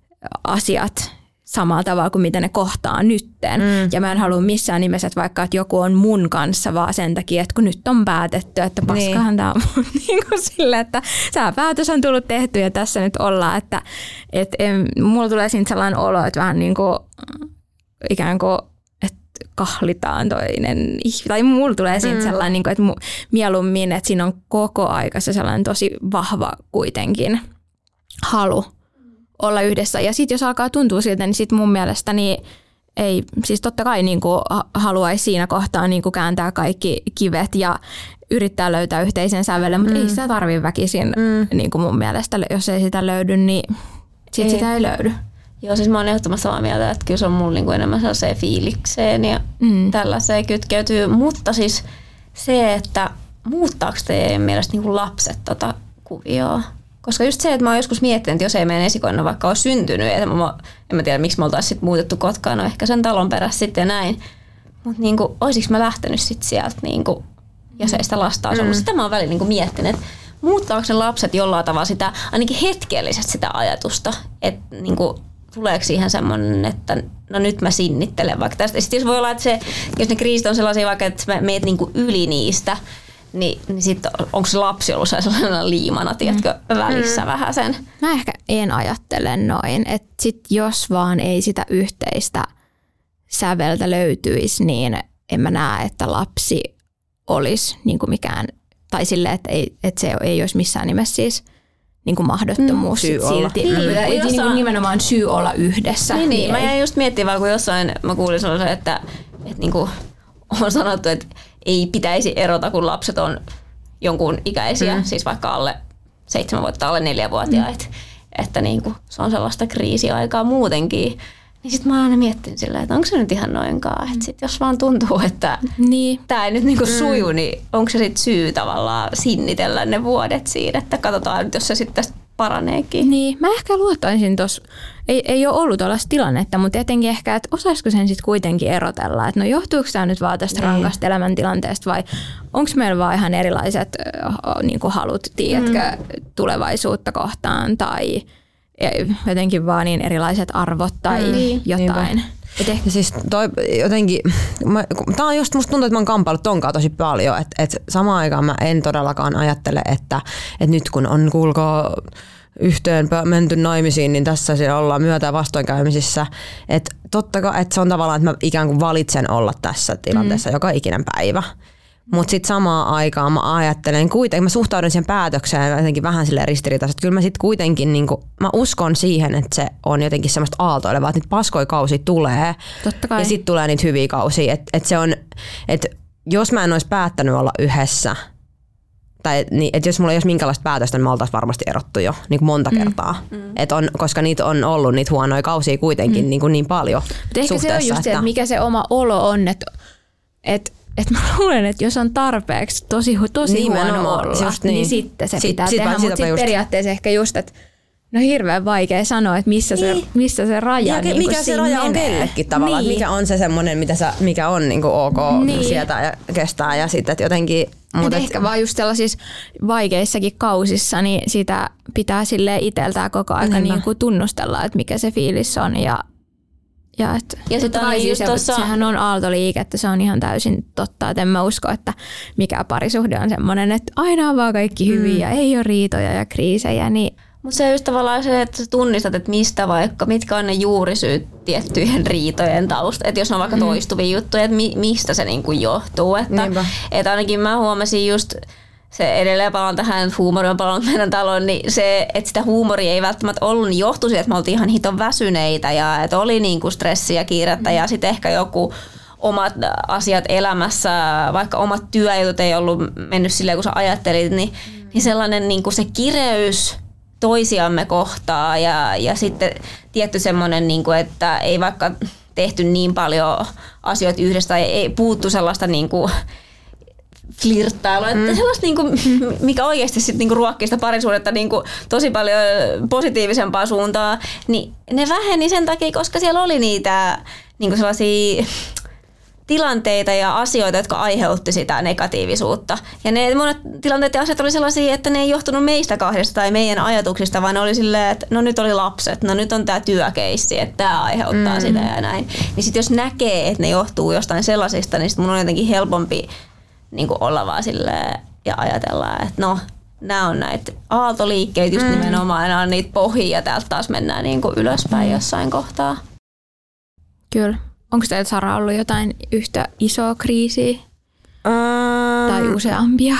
asiat samalla tavalla kuin mitä ne kohtaa nytten. Mm. Ja mä en halua missään nimessä, että vaikka että joku on mun kanssa vaan sen takia, että kun nyt on päätetty, että paskahan niin. tää on niin kuin sille, että tämä päätös on tullut tehty ja tässä nyt ollaan. Että et, em, mulla tulee siitä sellainen olo, että vähän niin kuin ikään kuin että kahlitaan toinen ihminen. Tai mulla tulee siitä mm. sellainen, niin kuin, että mieluummin, että siinä on koko aika se sellainen tosi vahva kuitenkin halu olla yhdessä. Ja sitten jos alkaa tuntua siltä, niin sitten mun mielestä niin ei, siis totta kai niin kuin haluaisi siinä kohtaa niin kuin kääntää kaikki kivet ja yrittää löytää yhteisen sävelen, mutta mm. ei sitä tarvitse väkisin mm. niin kuin mun mielestä. Jos ei sitä löydy, niin sitten sitä ei löydy. Joo, siis mä oon ehdottomasti samaa mieltä, että kyllä se on mulla niin kuin enemmän sellaiseen fiilikseen ja mm. tällaiseen kytkeytyy. Mutta siis se, että muuttaako teidän mielestä niin kuin lapset tota kuvioa? Koska just se, että mä oon joskus miettinyt, että jos ei meidän esikoinen vaikka ole syntynyt, että mä, en mä tiedä, miksi me oltaisiin sit muutettu Kotkaan, no ehkä sen talon perässä sitten ja näin. Mutta niinku, olisiko mä lähtenyt sit sieltä, niinku, jos ei sitä lasta olisi ollut. Mm. Sitä mä oon välillä niinku miettinyt, että muuttaako ne lapset jollain tavalla sitä, ainakin hetkellisesti sitä ajatusta, että niinku, tuleeko siihen semmoinen, että no nyt mä sinnittelen vaikka tästä. Sitten jos voi olla, että se, jos ne kriisit on sellaisia vaikka, että mä meet niinku yli niistä, Niin, niin sitten onko se lapsi ollut sellaisena liimana, tiedätkö, välissä mm. vähän sen? Mä ehkä en ajattele noin, että sit jos vaan ei sitä yhteistä säveltä löytyisi, niin en mä näe, että lapsi olisi niin kuin mikään, tai silleen, että, ei, että se ei olisi missään nimessä siis niin kuin mahdottomuus. Mm. Syy olla. Silti. Niin, ei, jossain... niin nimenomaan syy olla yhdessä. Niin, niin, niin mä jäin just miettimään, kun jossain mä kuulin sellaisen, että, että niin kuin on sanottu, että ei pitäisi erota, kun lapset on jonkun ikäisiä, mm. siis vaikka alle seitsemän vuotta alle neljävuotiaita. Mm. Että niinku, se on sellaista kriisiaikaa muutenkin. Niin sit mä oon aina miettinyt silleen, että onko se nyt ihan noinkaan. Että sit jos vaan tuntuu, että niin. tää ei nyt niinku mm. suju, niin onko se sit syy tavallaan sinnitellä ne vuodet siinä, että katsotaan nyt, jos se sitten tästä paraneekin. Niin, mä ehkä luottaisin tuossa, ei, ei ole ollut tällaista tilannetta, mutta etenkin ehkä, että osaisiko sen sitten kuitenkin erotella, että no johtuuko tämä nyt vaan tästä niin. rankasta elämäntilanteesta vai onko meillä vaan ihan erilaiset niin kuin halut, tiedätkö, mm. tulevaisuutta kohtaan tai jotenkin vaan niin erilaiset arvot tai mm. jotain. Ja siis toi jotenkin, mä, tää on just, musta tuntuu, että mä oon kampailut tonkaan tosi paljon, että et samaan aikaan mä en todellakaan ajattele, että et nyt kun on kuulkaa yhteen menty naimisiin, niin tässä siellä ollaan myötä- ja vastoinkäymisissä. Että totta kai, että se on tavallaan, että mä ikään kuin valitsen olla tässä tilanteessa mm. joka ikinen päivä. Mutta sitten samaan aikaan mä ajattelen kuitenkin, mä suhtaudun siihen päätökseen jotenkin vähän silleen ristiriitaisesti. Kyllä mä sitten kuitenkin, niinku, mä uskon siihen, että se on jotenkin semmoista aaltoilevaa, että niitä paskoja kausia tulee. Totta kai. Ja sitten tulee niitä hyviä kausia. Että et se on, että jos mä en olisi päättänyt olla yhdessä, tai niin, että jos mulla ei olisi minkälaista päätöstä, niin me oltaisiin varmasti erottu jo niin kuin monta kertaa. Mm. Et on, koska niitä on ollut niitä huonoja kausia kuitenkin mm. niin, kuin niin paljon ehkä suhteessa. Se on just se, että mikä se oma olo on, että et, et mä luulen, että jos on tarpeeksi tosi, tosi niin, huono olla, niin. niin sitten se sit, pitää sit, tehdä. Mutta sitten periaatteessa ehkä just, että no hirveän vaikea sanoa, että missä, niin. se, missä se raja ja niin mikä se raja menee. On kellekin tavallaan, niin. mikä on se semmoinen, mitä sä, mikä on niin kuin ok niin. sieltä ja kestää ja sitten jotenkin. Mutta et ehkä vaan just sellaisissa vaikeissakin kausissa, niin sitä pitää sille itseltään koko aika niin kuin tunnustella, että mikä se fiilis on. Ja, ja, et, ja sit on siis just se, tossa... sehän on aaltoliikettä, se on ihan täysin totta. Et en mä usko, että mikä parisuhde on semmoinen, että aina on vaan kaikki hyviä mm. ja ei ole riitoja ja kriisejä. Niin mutta se on just tavallaan se, että sä tunnistat, että mistä vaikka, mitkä on ne juurisyyt tiettyjen riitojen tausta. Että jos on vaikka mm. toistuvia juttuja, että mi, mistä se niinku johtuu. Että, että ainakin mä huomasin just, se edelleen palaan tähän, että huumori on palannut meidän taloon, niin se, että sitä huumoria ei välttämättä ollut, niin johtui siitä, että me oltiin ihan hiton väsyneitä ja että oli niinku stressiä ja kiirettä mm. ja sitten ehkä joku omat asiat elämässä, vaikka omat työjutut ei ollut mennyt silleen, kun sä ajattelit, niin, mm. niin sellainen niinku se kireys toisiamme kohtaa ja, ja sitten tietty semmoinen, niin kuin, että ei vaikka tehty niin paljon asioita yhdessä tai ei puuttu sellaista niin kuin flirttailua, mm. että sellaista, niin kuin, mikä oikeasti sitten niin kuin ruokkii sitä parisuudetta niin kuin tosi paljon positiivisempaa suuntaa, niin ne väheni sen takia, koska siellä oli niitä niin kuin sellaisia tilanteita ja asioita, jotka aiheutti sitä negatiivisuutta. Ja ne monet tilanteet ja asiat oli sellaisia, että ne ei johtunut meistä kahdesta tai meidän ajatuksista, vaan ne oli silleen, että no nyt oli lapset, no nyt on tämä työkeissi, että tämä aiheuttaa mm. sitä ja näin. Niin sitten jos näkee, että ne johtuu jostain sellaisista, niin sitten mun on jotenkin helpompi niin kuin olla vaan silleen ja ajatella, että no nämä on näitä aaltoliikkeitä just mm. nimenomaan, nämä on niitä pohjia ja täältä taas mennään niin kuin ylöspäin jossain kohtaa. Kyllä. Onko teillä, Sara, ollut jotain yhtä isoa kriisiä? Um, tai useampia?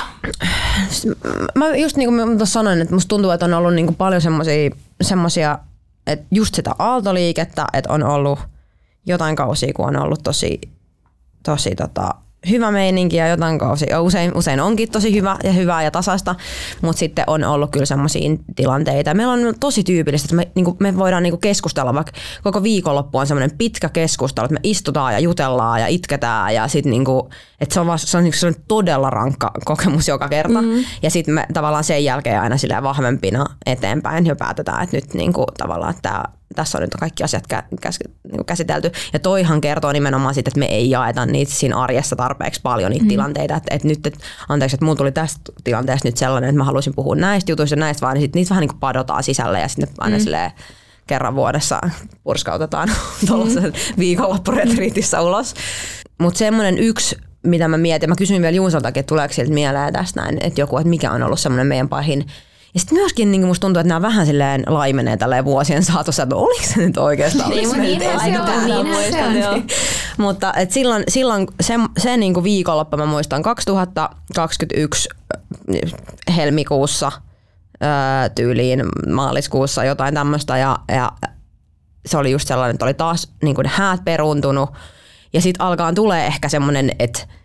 Mä just niin kuin mä tuossa sanoin, että musta tuntuu, että on ollut niin kuin paljon semmoisia, että just sitä aaltoliikettä, että on ollut jotain kausia, kun on ollut tosi, tosi tota, hyvä meininki ja jotain kausia. Usein, usein onkin tosi hyvä ja hyvää ja tasaista, mutta sitten on ollut kyllä semmoisia tilanteita. Meillä on tosi tyypillistä, että me, niinku, me voidaan niinku keskustella, vaikka koko viikonloppu on semmoinen pitkä keskustelu, että me istutaan ja jutellaan ja itketään ja sitten niinku, että se on, vaan, se on niinku semmoinen todella rankka kokemus joka kerta. Mm-hmm. Ja sitten me tavallaan sen jälkeen aina silleen vahvempina eteenpäin jo päätetään, että nyt niinku, tavallaan että tää tässä on nyt kaikki asiat käsitelty. Ja toihan kertoo nimenomaan siitä, että me ei jaeta niitä siinä arjessa tarpeeksi paljon niitä mm. tilanteita. Että et nyt, et, anteeksi, että mulla tuli tästä tilanteesta nyt sellainen, että mä haluaisin puhua näistä jutuista ja näistä vaan, niin sit niitä vähän niin kuin padotaan sisälle ja sitten aina mm. silleen kerran vuodessa purskautetaan tuollaisen mm. viikonloppuretriitissä ulos. Mutta semmoinen yksi, mitä mä mietin, mä kysyin vielä Juusoltakin, että tuleeko siltä mieleen tästä näin, että joku, että mikä on ollut semmoinen meidän pahin. Ja sitten myöskin niin musta tuntuu, että nämä vähän silleen laimenee tälleen vuosien saatossa, että oliko se nyt oikeastaan? Niin, mutta niinhän se on. Niinhän se on. Mutta et silloin, silloin se, se niin kuin viikonloppu mä muistan kaksituhattakaksikymmentäyksi helmikuussa ää, tyyliin maaliskuussa jotain tämmöistä ja, ja se oli just sellainen, että oli taas niin kuin häät peruuntunut ja sitten alkaa tulee ehkä semmoinen, että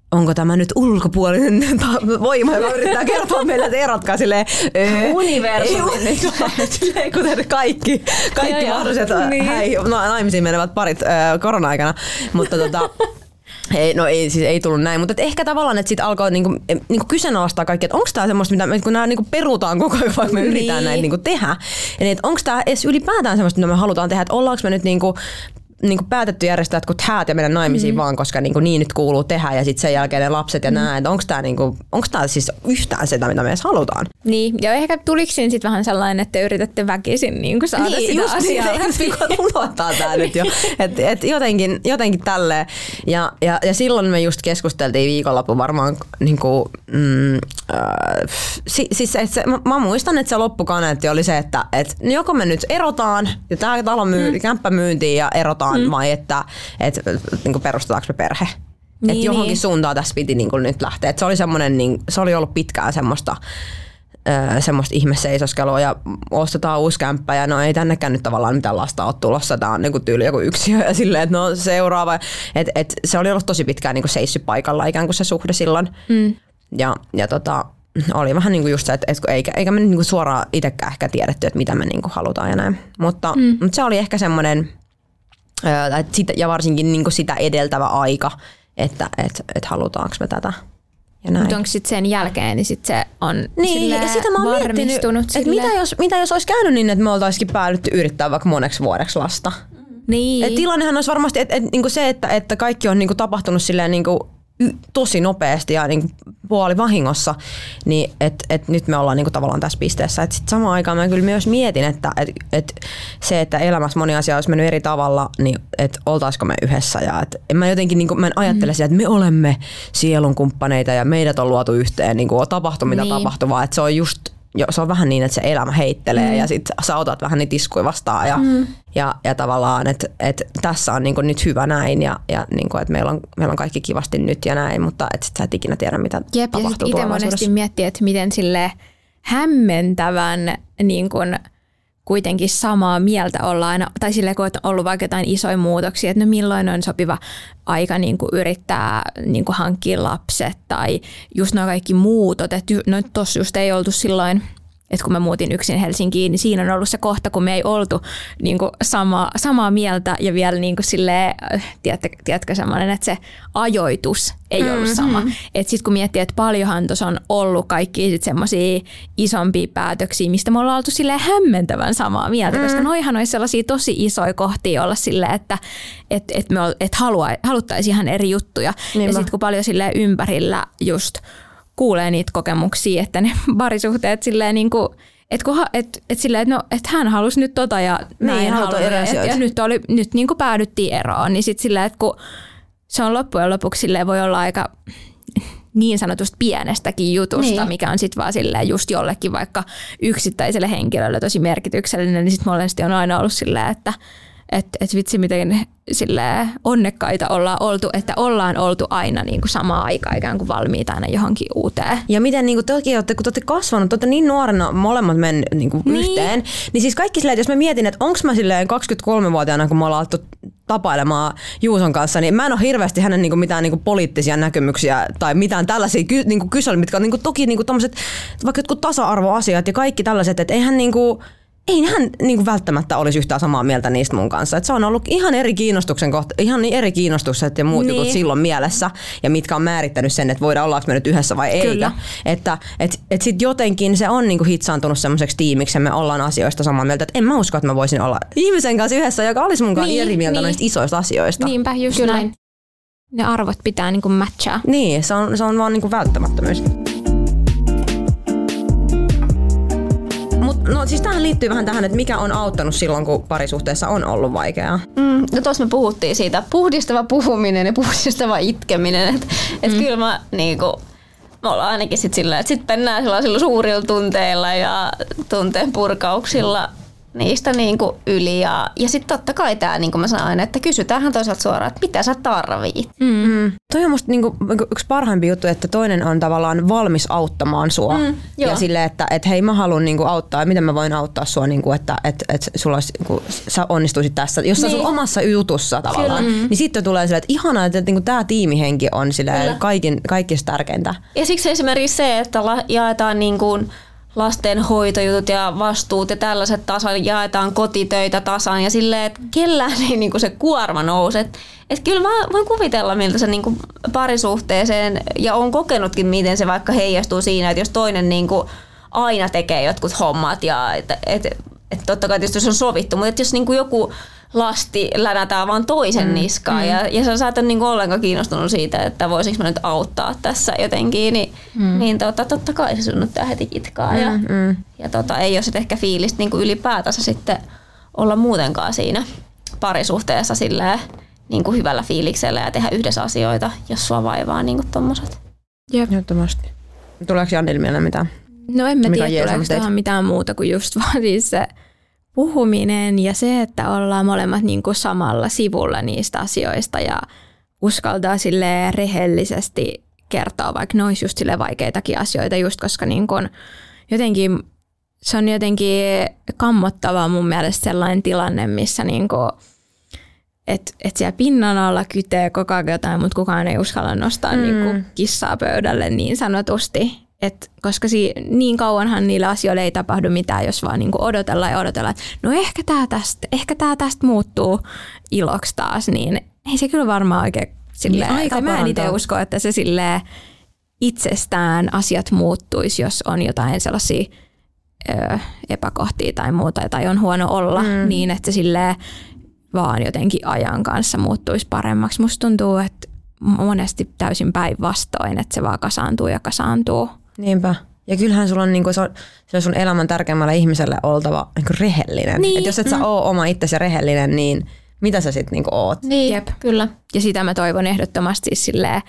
onko tämä nyt ulkopuolinen voima, joka yrittää kertoa meille, että erotkaa silleen universumi. Silleen kuten kaikki, kaikki mahdolliset niin. häi, no, naimisiin menevät parit äh, korona-aikana, mutta tota, ei, no ei, siis ei tullut näin, mutta et ehkä tavallaan, että sit alkoi niinku, niinku kyseenalaistaa kaikki, että onko tämä semmoista, mitä, kun nämä niinku perutaan koko ajan, vaikka me niin. yritetään näitä niinku tehdä, niin onko tämä edes ylipäätään semmoista, mitä me halutaan tehdä, että ollaanko me nyt niinku niinku päätetty järjestää jotkut häät ja mennä naimisiin mm-hmm. vaan, koska niinku niin nyt kuuluu tehdä ja sitten sen jälkeen ne lapset ja mm-hmm. nää, että onko tämä niinku, siis yhtään sitä, mitä me edes halutaan. Niin, ja ehkä tuliko siinä sitten vähän sellainen, että te yritätte väkisin niinku saada niin, sitä just asiaa niin, unohtaa tämä nyt jo, että et jotenkin, jotenkin tälleen. Ja, ja, ja silloin me just keskusteltiin viikonloppu varmaan, niinku, mm, äh, si, siis se, se, mä, mä muistan, että se loppukaneetti oli se, että et, joko me nyt erotaan ja tämä talo myy, mm. kämppä myyntiin ja erotaan, Mm. vai että et, niinku perustetaanko me perhe. Niin, että johonkin niin. suuntaan tässä piti niinku nyt lähteä. Et se oli semmoinen, niin, se oli ollut pitkään semmoista, ö, semmoista ihmeseisoskelua ja ostetaan uusi kämppä ja no ei tännekään nyt tavallaan mitään lasta ole tulossa. Tää on niinku tyyli joku yksiö ja silleen, että no seuraava. Et, et, se oli ollut tosi pitkään niinku seissy paikalla ikään kuin se suhde silloin. Mm. Ja, ja tota, oli vähän niinku just se, että et, eikä, eikä me niinku suoraan itsekään ehkä tiedetty, että mitä me niinku halutaan ja näin. Mutta, mm. mutta se oli ehkä semmoinen, ja varsinkin niin kuin sitä edeltävä aika, että et, et halutaanko me tätä ja näin. Mutta onko sitten sen jälkeen, niin sit se on niin, ja sitä mä oon miettinyt, että mitä jos, mitä jos olisi käynyt niin, että me oltaisikin päädytty yrittää vaikka moneksi vuodeksi lasta. Niin. Et tilannehan olisi varmasti et, et, niinku se, että, että kaikki on niinku tapahtunut silleen niinku tosi nopeasti ja niinku puoli vahingossa, niin että et nyt me ollaan niinku tavallaan tässä pisteessä. Et sit samaan aikaan mä kyllä myös mietin, että et, et se, että elämässä moni asia olisi mennyt eri tavalla, niin että oltaisiko me yhdessä. Ja et en mä jotenkin niinku, mä en ajattele mm. sitä, että me olemme sielun kumppaneita ja meidät on luotu yhteen, niinku tapahtuu mitä niin. tapahtuu, vaan että se on just jo, se on vähän niin, että se elämä heittelee mm. ja sit sä otat vähän niitä iskuja vastaan ja, mm. ja, ja tavallaan, että et tässä on niinku nyt hyvä näin ja, ja niinku, että meillä on, meillä on kaikki kivasti nyt ja näin, mutta et sit sä et ikinä tiedä, mitä Jep, tapahtuu ja tulevaisuudessa. Itse monesti miettii, että miten sille hämmentävän niin kun kuitenkin samaa mieltä ollaan aina, tai silleen, kun on ollut vaikka jotain isoja muutoksia, että no milloin on sopiva aika niin kuin yrittää niin kuin hankkia lapset, tai just nuo kaikki muutot, että no tossa just ei oltu silloin, että kun mä muutin yksin Helsinkiin, niin siinä on ollut se kohta, kun me ei oltu niin kuin sama, samaa mieltä ja vielä niin kuin silleen, tiedätkö, tiedätkö semmoinen, että se ajoitus ei mm-hmm. ollut sama. Että sitten kun miettii, että paljonhan tuossa on ollut kaikkia sit semmoisia isompia päätöksiä, mistä me ollaan oltu silleen hämmentävän samaa mieltä, mm-hmm. koska noihan olisi sellaisia tosi isoja kohtia olla silleen, että et, et me et halua, haluttaisiin ihan eri juttuja. Niinpä. Ja sitten kun paljon silleen ympärillä just kuulee niitä kokemuksia, että ne parisuhteet silleen niinku, että et, et silleen, että no, et hän halusi nyt tota ja näin niin, haluaa, ja, ja nyt, oli, nyt niinku päädyttiin eroon, niin sitten silleen, että kun se on loppujen lopuksi silleen, voi olla aika niin sanotusti pienestäkin jutusta, niin. mikä on sitten vaan silleen just jollekin vaikka yksittäiselle henkilölle tosi merkityksellinen, niin sitten monesti on aina ollut silleen, että Että et vitsi miten silleen onnekkaita ollaan oltu, että ollaan oltu aina niin kuin samaan aikaan ikään kuin valmiita aina johonkin uuteen. Ja miten niin kuin tekin olette, kun te olette kasvanut, te olette niin nuorena molemmat mennyt niin kuin niin. yhteen, niin siis kaikki silleen, että jos mä mietin, että onko mä silleen kaksikymmentäkolmevuotiaana, kun me ollaan alettu tapailemaan Juuson kanssa, niin mä en ole hirveästi hänen niin kuin mitään niin kuin poliittisia näkemyksiä tai mitään tällaisia ky, niin kuin kyselyjä, mitkä on niin kuin toki niin kuin tommoset, vaikka jotkut tasa-arvoasiat ja kaikki tällaiset, että eihän niin kuin ei hän niin välttämättä olisi yhtään samaa mieltä niistä mun kanssa. Et se on ollut ihan eri kiinnostuksen kohta, ihan niin eri kiinnostukset ja muut niin. jutut silloin mielessä ja mitkä on määrittänyt sen, että voidaan ollaanko me nyt yhdessä vai eikä. Että et, et sit jotenkin se on niin hitsaantunut semmoiseksi tiimiksi ja me ollaan asioista samaa mieltä. Et en mä usko, että mä voisin olla ihmisen kanssa yhdessä, joka olisi mun kanssa niin, eri mieltä niin. noista isoista asioista. Niinpä, just Kyllä. näin. Ne arvot pitää niin kuin matchaa. Niin, se on, se on vaan niin kuin välttämättömyys. No siis tähän liittyy vähän tähän, että mikä on auttanut silloin, kun parisuhteessa on ollut vaikeaa. Mm, no tuossa me puhuttiin siitä puhdistava puhuminen ja puhdistava itkeminen. Että et mm. kyllä mä niinku, me ollaan ainakin sit sillä, että sit mennään sellaisilla suurilla tunteilla ja tunteen purkauksilla niistä niinku yli. Ja, ja sitten totta kai tämä, niin kuin mä sanoin, että kysytäänhän toisaalta suoraan, että mitä sä tarvit. Mm. Mm. Toi on musta niinku yksi parhaimpi juttu, että toinen on tavallaan valmis auttamaan sua. Mm, ja silleen, että et hei mä haluan niinku auttaa, ja miten mä voin auttaa sua, niinku, että et, et sulla olisi, niinku, sä onnistuisit tässä. Jos niin. sä sun omassa jutussa tavallaan, mm. niin sitten tulee silleen, että ihanaa, että niinku, tää tiimihenki on silleen kaikin, kaikista tärkeintä. Ja siksi esimerkiksi se, että la- jaetaan niinku lastenhoitojutut ja vastuut ja tällaiset tasan, jaetaan kotitöitä tasan ja silleen, että kellään ei niinku se kuorma nouse. Että et kyllä mä voin kuvitella, miltä se niinku parisuhteeseen, ja on kokenutkin, miten se vaikka heijastuu siinä, että jos toinen niinku aina tekee jotkut hommat, ja että et, et totta kai tietysti se on sovittu, mutta et jos niinku joku lasti länätään vaan toisen mm, niskaan mm. ja, ja sä et ole niinku ollenkaan kiinnostunut siitä, että voisinko mä nyt auttaa tässä jotenkin, niin, mm. niin tota, totta kai se sunnuttaa heti kitkaa. Mm, ja, mm. ja tota, ei ole sit ehkä fiilistä niinku ylipäätänsä sitten olla muutenkaan siinä parisuhteessa silleen, niinku hyvällä fiiliksellä ja tehdä yhdessä asioita, jos sua vaivaa niinku tommoset. Jep. Ehdottomasti. Tuleeko Jannille mieleen mitään? No en mä tiedä, tuleeko tähän mitään muuta kuin just vaan siis se puhuminen ja se, että ollaan molemmat niin kuin samalla sivulla niistä asioista ja uskaltaa silleen rehellisesti kertoa, vaikka ne olisi just silleen vaikeitakin asioita, just koska niin kuin jotenkin se on jotenkin kammottavaa mun mielestä sellainen tilanne, missä niin kuin, et, et siellä pinnan alla kytee koko ajan jotain, mutta kukaan ei uskalla nostaa mm. niin kuin kissaa pöydälle niin sanotusti. Et, koska si, niin kauanhan niillä asioilla ei tapahdu mitään, jos vaan niinku odotellaan ja odotellaan, että no ehkä tämä tästä, ehkä tää tästä muuttuu iloksi taas, niin ei se kyllä varmaan oikein silleen, niin tai mä en itse usko, että se silleen itsestään asiat muuttuisi, jos on jotain sellaisia ö, epäkohtia tai muuta, tai on huono olla, mm. niin että se silleen vaan jotenkin ajan kanssa muuttuisi paremmaksi. Musta tuntuu, että monesti täysin päinvastoin, että se vaan kasaantuu ja kasaantuu. Niinpä. Ja kyllähän sulla on, niinku, se on, se on sun elämän tärkeimmälle ihmiselle oltava niinku rehellinen. Niin. Et jos et mm. sä oo oma itsesi rehellinen, niin mitä sä sit niinku oot? Niin, Jep. kyllä. Ja sitä mä toivon ehdottomasti silleen,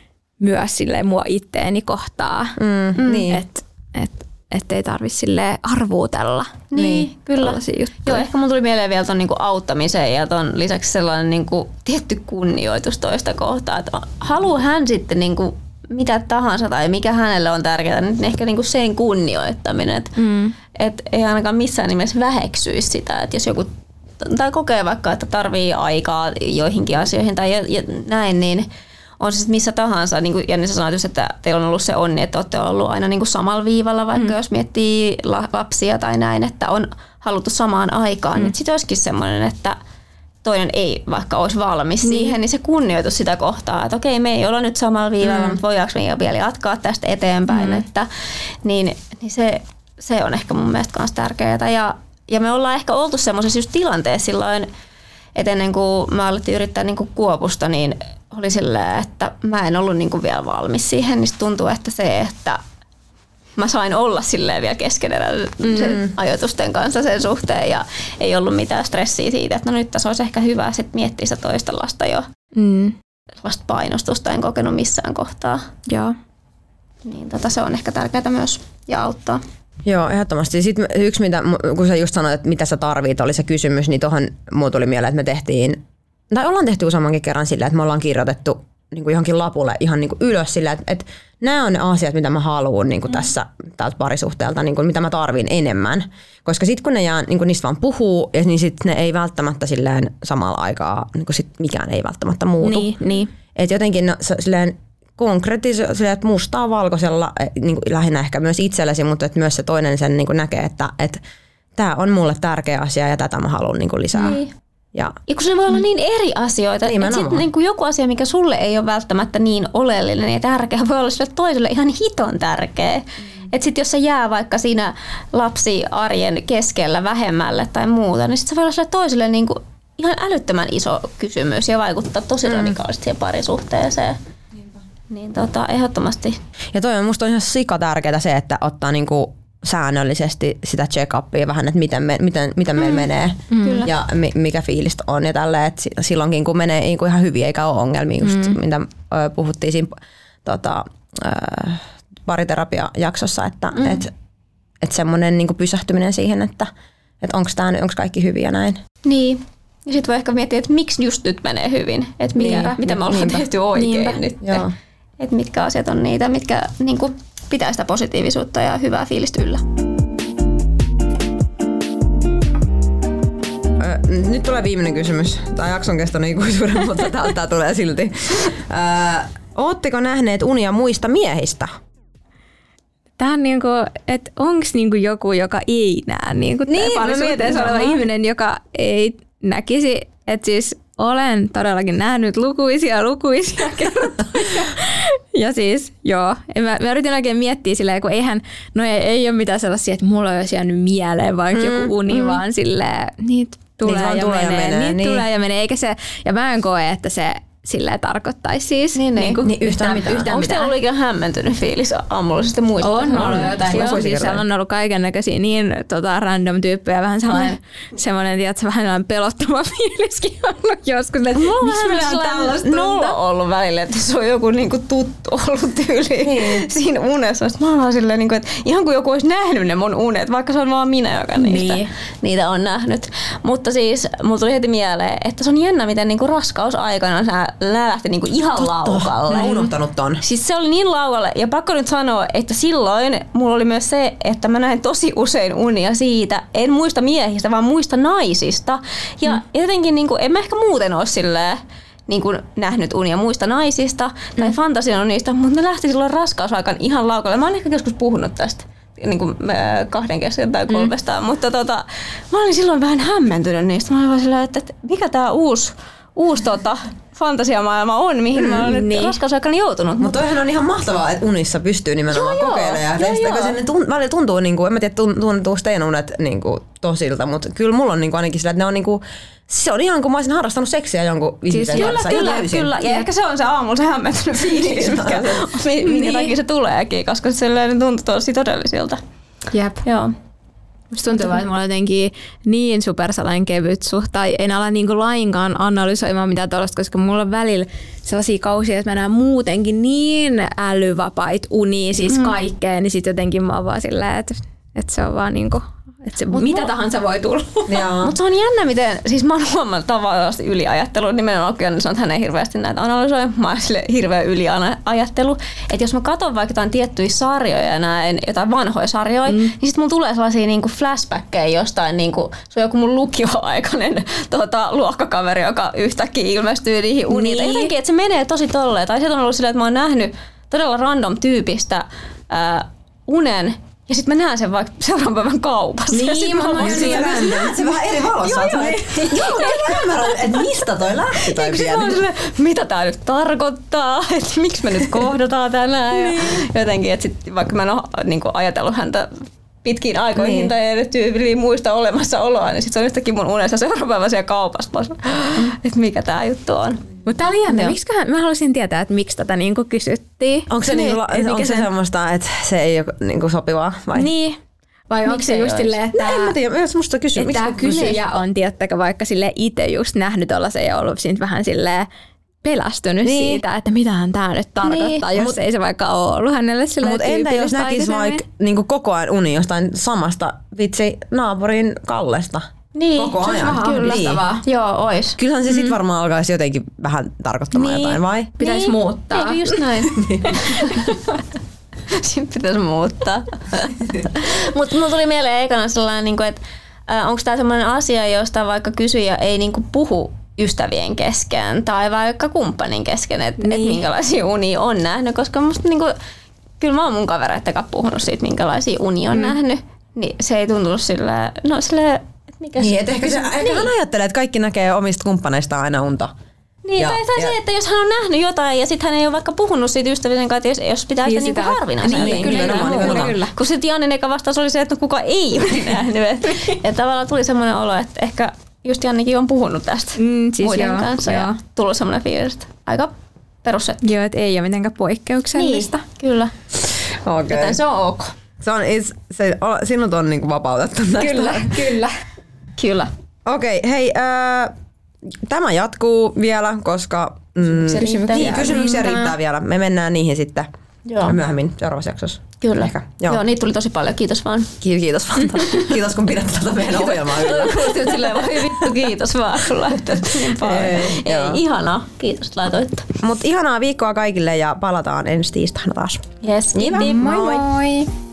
myös silleen mua itteeni kohtaa. Mm. Mm. Niin. Että et, et ei tarvitse silleen arvuutella. Niin, niin kyllä. Joo, ehkä mun tuli mieleen vielä ton niinku auttamiseen ja ton lisäksi sellainen niinku tietty kunnioitus toista kohtaa. Että haluaa hän sitten niinku mitä tahansa tai mikä hänelle on tärkeää, niin ehkä niinku sen kunnioittaminen. Että mm. et ei ainakaan missään nimessä väheksyisi sitä, että jos joku tai kokee vaikka, että tarvii aikaa joihinkin asioihin tai ja, ja näin, niin on se missä tahansa, niin kuin Janni sä sanoit just, että teillä on ollut se onni, että olette ollut aina niin kuin samalla viivalla, vaikka mm. jos miettii lapsia tai näin, että on haluttu samaan aikaan, mm. niin sitten olisikin semmoinen, että toinen ei vaikka olisi valmis mm. siihen, niin se kunnioitus sitä kohtaa, että okei, me ei olla nyt samalla viivalla, mm. mutta voidaanko me vielä jatkaa tästä eteenpäin, mm. että, niin, niin se, se on ehkä mun mielestä myös tärkeää. Ja, ja me ollaan ehkä oltu semmoisessa just tilanteessa silloin, että ennen kuin me alettiin yrittää niin kuin Kuopusta, niin oli silleen, että mä en ollut niin kuin vielä valmis siihen, niin tuntuu, että se, että mä sain olla silleen vielä keskeneräisen mm. ajoitusten kanssa sen suhteen ja ei ollut mitään stressiä siitä, että no nyt tässä olisi ehkä hyvä sit miettiä sitä toista lasta jo. Mm. Sellaista painostusta en kokenut missään kohtaa. Joo. Niin tota, se on ehkä tärkeää myös ja auttaa. Joo, ehdottomasti. Sitten yksi, mitä, kun sä just sanoit, että mitä sä tarvit, oli se kysymys, niin tuohon muu tuli mieleen, että me tehtiin, tai ollaan tehty useammankin kerran sillä, että me ollaan kirjoitettu niin kuin johonkin lapulle ihan niin kuin ylös sillä, että, että nämä on ne asiat, mitä mä haluan niin kuin mm. tässä tältä parisuhteelta, niin kuin mitä mä tarvin enemmän. Koska sitten kun ne jää, niin kuin niistä vaan puhuu, niin sitten ne ei välttämättä silleen samalla aikaa, niin kuin sit mikään ei välttämättä muutu. Niin, niin. Että jotenkin no, silleen konkreettisesti, että mustaa valkoisella, niin kuin lähinnä ehkä myös itsellesi, mutta että myös se toinen sen niin kuin näkee, että, että tämä on mulle tärkeä asia ja tätä mä haluan niin kuin lisää. Niin. Ja, ja kun se voi olla niin eri asioita, että sitten niin joku asia, mikä sulle ei ole välttämättä niin oleellinen ja tärkeä, voi olla sille toiselle ihan hiton tärkeä. Mm. Että sitten jos se jää vaikka siinä lapsiarjen keskellä vähemmälle tai muuta, niin sitten se voi olla sille toiselle niin kuin ihan älyttömän iso kysymys ja vaikuttaa tosi radikaalisti siihen parisuhteeseen. Niinpä. Niin tota, ehdottomasti. Ja toi on musta ihan sika tärkeää se, että ottaa niinku säännöllisesti sitä check-upia vähän, että miten, me, miten, miten mm. meillä menee mm. ja mikä fiilistä on ja tälleen, että silloinkin kun menee niin kuin ihan hyvin eikä ole ongelmia, just mm. mitä ö, puhuttiin siinä tota, ö, pariterapiajaksossa, että mm. et, et semmoinen niin kuin pysähtyminen siihen, että että onko kaikki hyviä näin. Niin. Ja sitten voi ehkä miettiä, että miksi just nyt menee hyvin. Että mitä, mitä me ollaan niinpä. tehty oikein niinpä. nyt. Että mitkä asiat on niitä, mitkä niin kuin, pitää sitä positiivisuutta ja hyvää fiilistä yllä. Öö, nyt tulee viimeinen kysymys. Tämä jakson kesto ikuisuuden, mutta tämä tulee silti. Öö, Ootteko nähneet unia muista miehistä? Tämä on niinku, että onko niinku joku, joka ei näe niinku niin, parisuhteessa oleva ihminen, joka ei näkisi. Että siis olen todellakin nähnyt lukuisia lukuisia kertoja. Ja siis joo, mä, mä yritin oikein miettiä silleen, kun eihän, no ei, ei ole mitään sellaisia, että mulla olisi jäänyt mieleen vaikka mm, joku uni, mm. vaan silleen, niitä tulee, ja, tulee menee, ja menee, niitä niin. tulee ja menee, eikä se, ja mä en koe, että se silleen tarkoittaisi siis niin, niin, niin, niin yhtään mitään. Onko teillä ollut ikään hämmentynyt fiilis aamullisesta muista? On ollut jotain. Joo, siis siellä on ollut kaiken näköisiä niin tota, random tyyppejä, vähän sellainen, semmoinen, tiedätkö, vähän sellainen pelottava fiiliskin ollut joskus. Että miksi meillä on tällaista? Nolla ollut välillä, että se on joku niinku tuttu ollut tyyli niin. siinä unessa. Sitten mä oon silleen, niinku, että ihan kuin joku olisi nähnyt ne mun unet, vaikka se on vaan minä, joka niistä, niin. niitä on nähnyt. Mutta siis mulla tuli heti mieleen, että se on jännä, miten niinku raskausaikana sä lähti niinku ihan Totta. laukalle. Mä oon unohtanut ton. Siis se oli niin laukalle. Ja pakko nyt sanoa, että silloin mulla oli myös se, että mä näin tosi usein unia siitä, en muista miehistä, vaan muista naisista. Ja mm. jotenkin niinku, en mä ehkä muuten ole silleen niinku nähnyt unia muista naisista mm. tai fantasian niistä, mutta ne lähti silloin raskausaikaan ihan laukalle. Mä oon ehkä joskus puhunut tästä. Niin kuin kahden kesken tai kolmestaan, mm. mutta tota, mä olin silloin vähän hämmentynyt niistä. Mä olin vaan silleen, että, että mikä tää uusi, uusi tota, fantasiamaailma on, mihin mm, mä oon nyt niin. raskausaikana joutunut. Mutta toihan on ihan mahtavaa, että unissa pystyy nimenomaan joo, kokeilemaan. Joo, joo. Sinne tunt, välillä tuntuu, niin kuin, en mä tiedä tuntuu teidän unet niin kuin, tosilta, mutta kyllä mulla on niin kuin, ainakin sillä, että ne on niin kuin, se on ihan kuin mä olisin harrastanut seksiä jonkun siis ihmisen kyllä, kanssa. Kyllä, kyllä, kyllä. Ja ehkä se on se aamulla se hämmentynyt fiilis, minkä niin. takia se tuleekin, koska se tuntuu tosi todellisilta. Jep. Joo. Musta tuntuu vaan, että mulla on jotenkin niin super sellainen kevyt suhta, tai en ala niinku lainkaan analysoimaan mitään tuollaista, koska mulla on välillä sellaisia kausia, että mä näen muutenkin niin älyvapait unia, siis mm. kaikkeen, niin sit jotenkin mä oon vaan silleen, että, että se on vaan niinku, että se mitä mä... tahansa voi tulla. Mutta se on jännä, miten, siis mä oon huomannut tavallaan yliajattelua, nimenomaan Okkianen sanoo, että hän ei hirveästi näitä analysoi, mä oon sille hirveä yliajattelu, että jos mä katson vaikka jotain tiettyjä sarjoja ja näen jotain vanhoja sarjoja, mm. niin sit mulla tulee sellaisia niinku flashbackkejä jostain, niinku, se on joku mun lukioaikainen tota, luokkakaveri, joka yhtäkkiä ilmestyy niihin uniin. Niin. Jotenkin, että se menee tosi tolleen. Tai sieltä on ollut silleen, että mä oon nähnyt todella random tyypistä ää, unen, ja sitten mä näen sen vaikka seuraavan päivän kaupassa. Niin, mä oon siellä. Näet se vähän eri valossa. Joo, joo, mä ymmärrän, että mistä toi lähti toi pieni. Mitä tää nyt tarkoittaa, että miksi me nyt kohdataan tänään. Ja jotenkin, että sit, vaikka mä en ole niin kuin, ajatellut häntä pitkiin aikoihin niin. tai edes tyyliin muista olemassaoloa, niin sit se on yhtäkkiä mun unessa seuraavan päivän siellä kaupassa. Että mikä tää juttu on. Mutta tää oli jännä. Miksiköhän, mä haluaisin tietää, että miksi tätä niinku kysyttiin. Onko se, niin, niinku, onko se sen... semmoista, että se ei ole niinku sopivaa? Vai? Niin. Vai onko se just silleen, että, no, en mä tiedä, musta kysy, että tämä kysyjä on tiettäkö vaikka sille itse just nähnyt tollasen ja ollut siitä vähän silleen pelästynyt niin. siitä, että mitähän tämä nyt tarkoittaa, niin. jos mut, ei se vaikka ole ollut hänelle silleen Mutta entä jos näkisi vaikka niinku koko ajan uni jostain samasta vitsi naapurin Kallesta? Niin, koko se ajan. Kyllä. Niin. Joo, ois. Kyllähän se mm. sit varmaan alkaisi jotenkin vähän tarkoittamaan niin. jotain, vai? Pitäisi niin. muuttaa. Eikö just näin? Siinä pitäisi muuttaa. Mutta mulla tuli mieleen ekana sellainen, että onko tämä sellainen asia, josta vaikka kysyjä ei niinku puhu ystävien kesken tai vaikka kumppanin kesken, että niin. et minkälaisia unia on nähnyt, koska musta niinku, kyllä mä oon mun kavereitten kanssa puhunut siitä, minkälaisia unia on mm. nähnyt, niin se ei tuntunut silleen, no silleen, mikä niin, että ehkä, se, ehkä niin. hän ajattelee, että kaikki näkee omista kumppaneistaan aina unta. Niin, ja, tai, tai ja, se, että jos hän on nähnyt jotain ja sitten hän ei ole vaikka puhunut siitä ystävien kanssa, jos, jos pitää niin sitä niinku harvinaisena. Niin, niin, kyllä, kyllä, kyllä, kyllä. Kun sitten Jannen eka vastaus oli se, että no kuka ei ole nähnyt. Että et tavallaan tuli semmoinen olo, että ehkä just Jannikin on puhunut tästä mm, siis muiden joo, kanssa joo. ja tullut semmoinen fiilis, että aika perussettu. Joo, että ei ole mitenkään poikkeuksellista. Niin, kyllä. Okay. Joten se on ok. Se on, se, sinut on niinku vapautettu näistä. Kyllä, kyllä. Kyllä. Okei, okay, hei, äh, tämä jatkuu vielä, koska mm, kysymyksiä niin, kysymyksiä riittää vielä. Me mennään niihin sitten Joo. myöhemmin seuraavassa jaksossa. Kyllä. Ehkä. Joo. Joo, niitä tuli tosi paljon. Kiitos vaan. Kiitos vaan. Kiitos kun pidät tätä meidän ohjelmaa yllä. Kuulostin silleen, voi vittu, kiitos vaan, kun laitoitte niin paljon. Ei, Ei, ihanaa. Kiitos, että laitoitte. Mut ihanaa viikkoa kaikille ja palataan ensi tiistaina taas. Yes, kiitos. Moi moi! moi.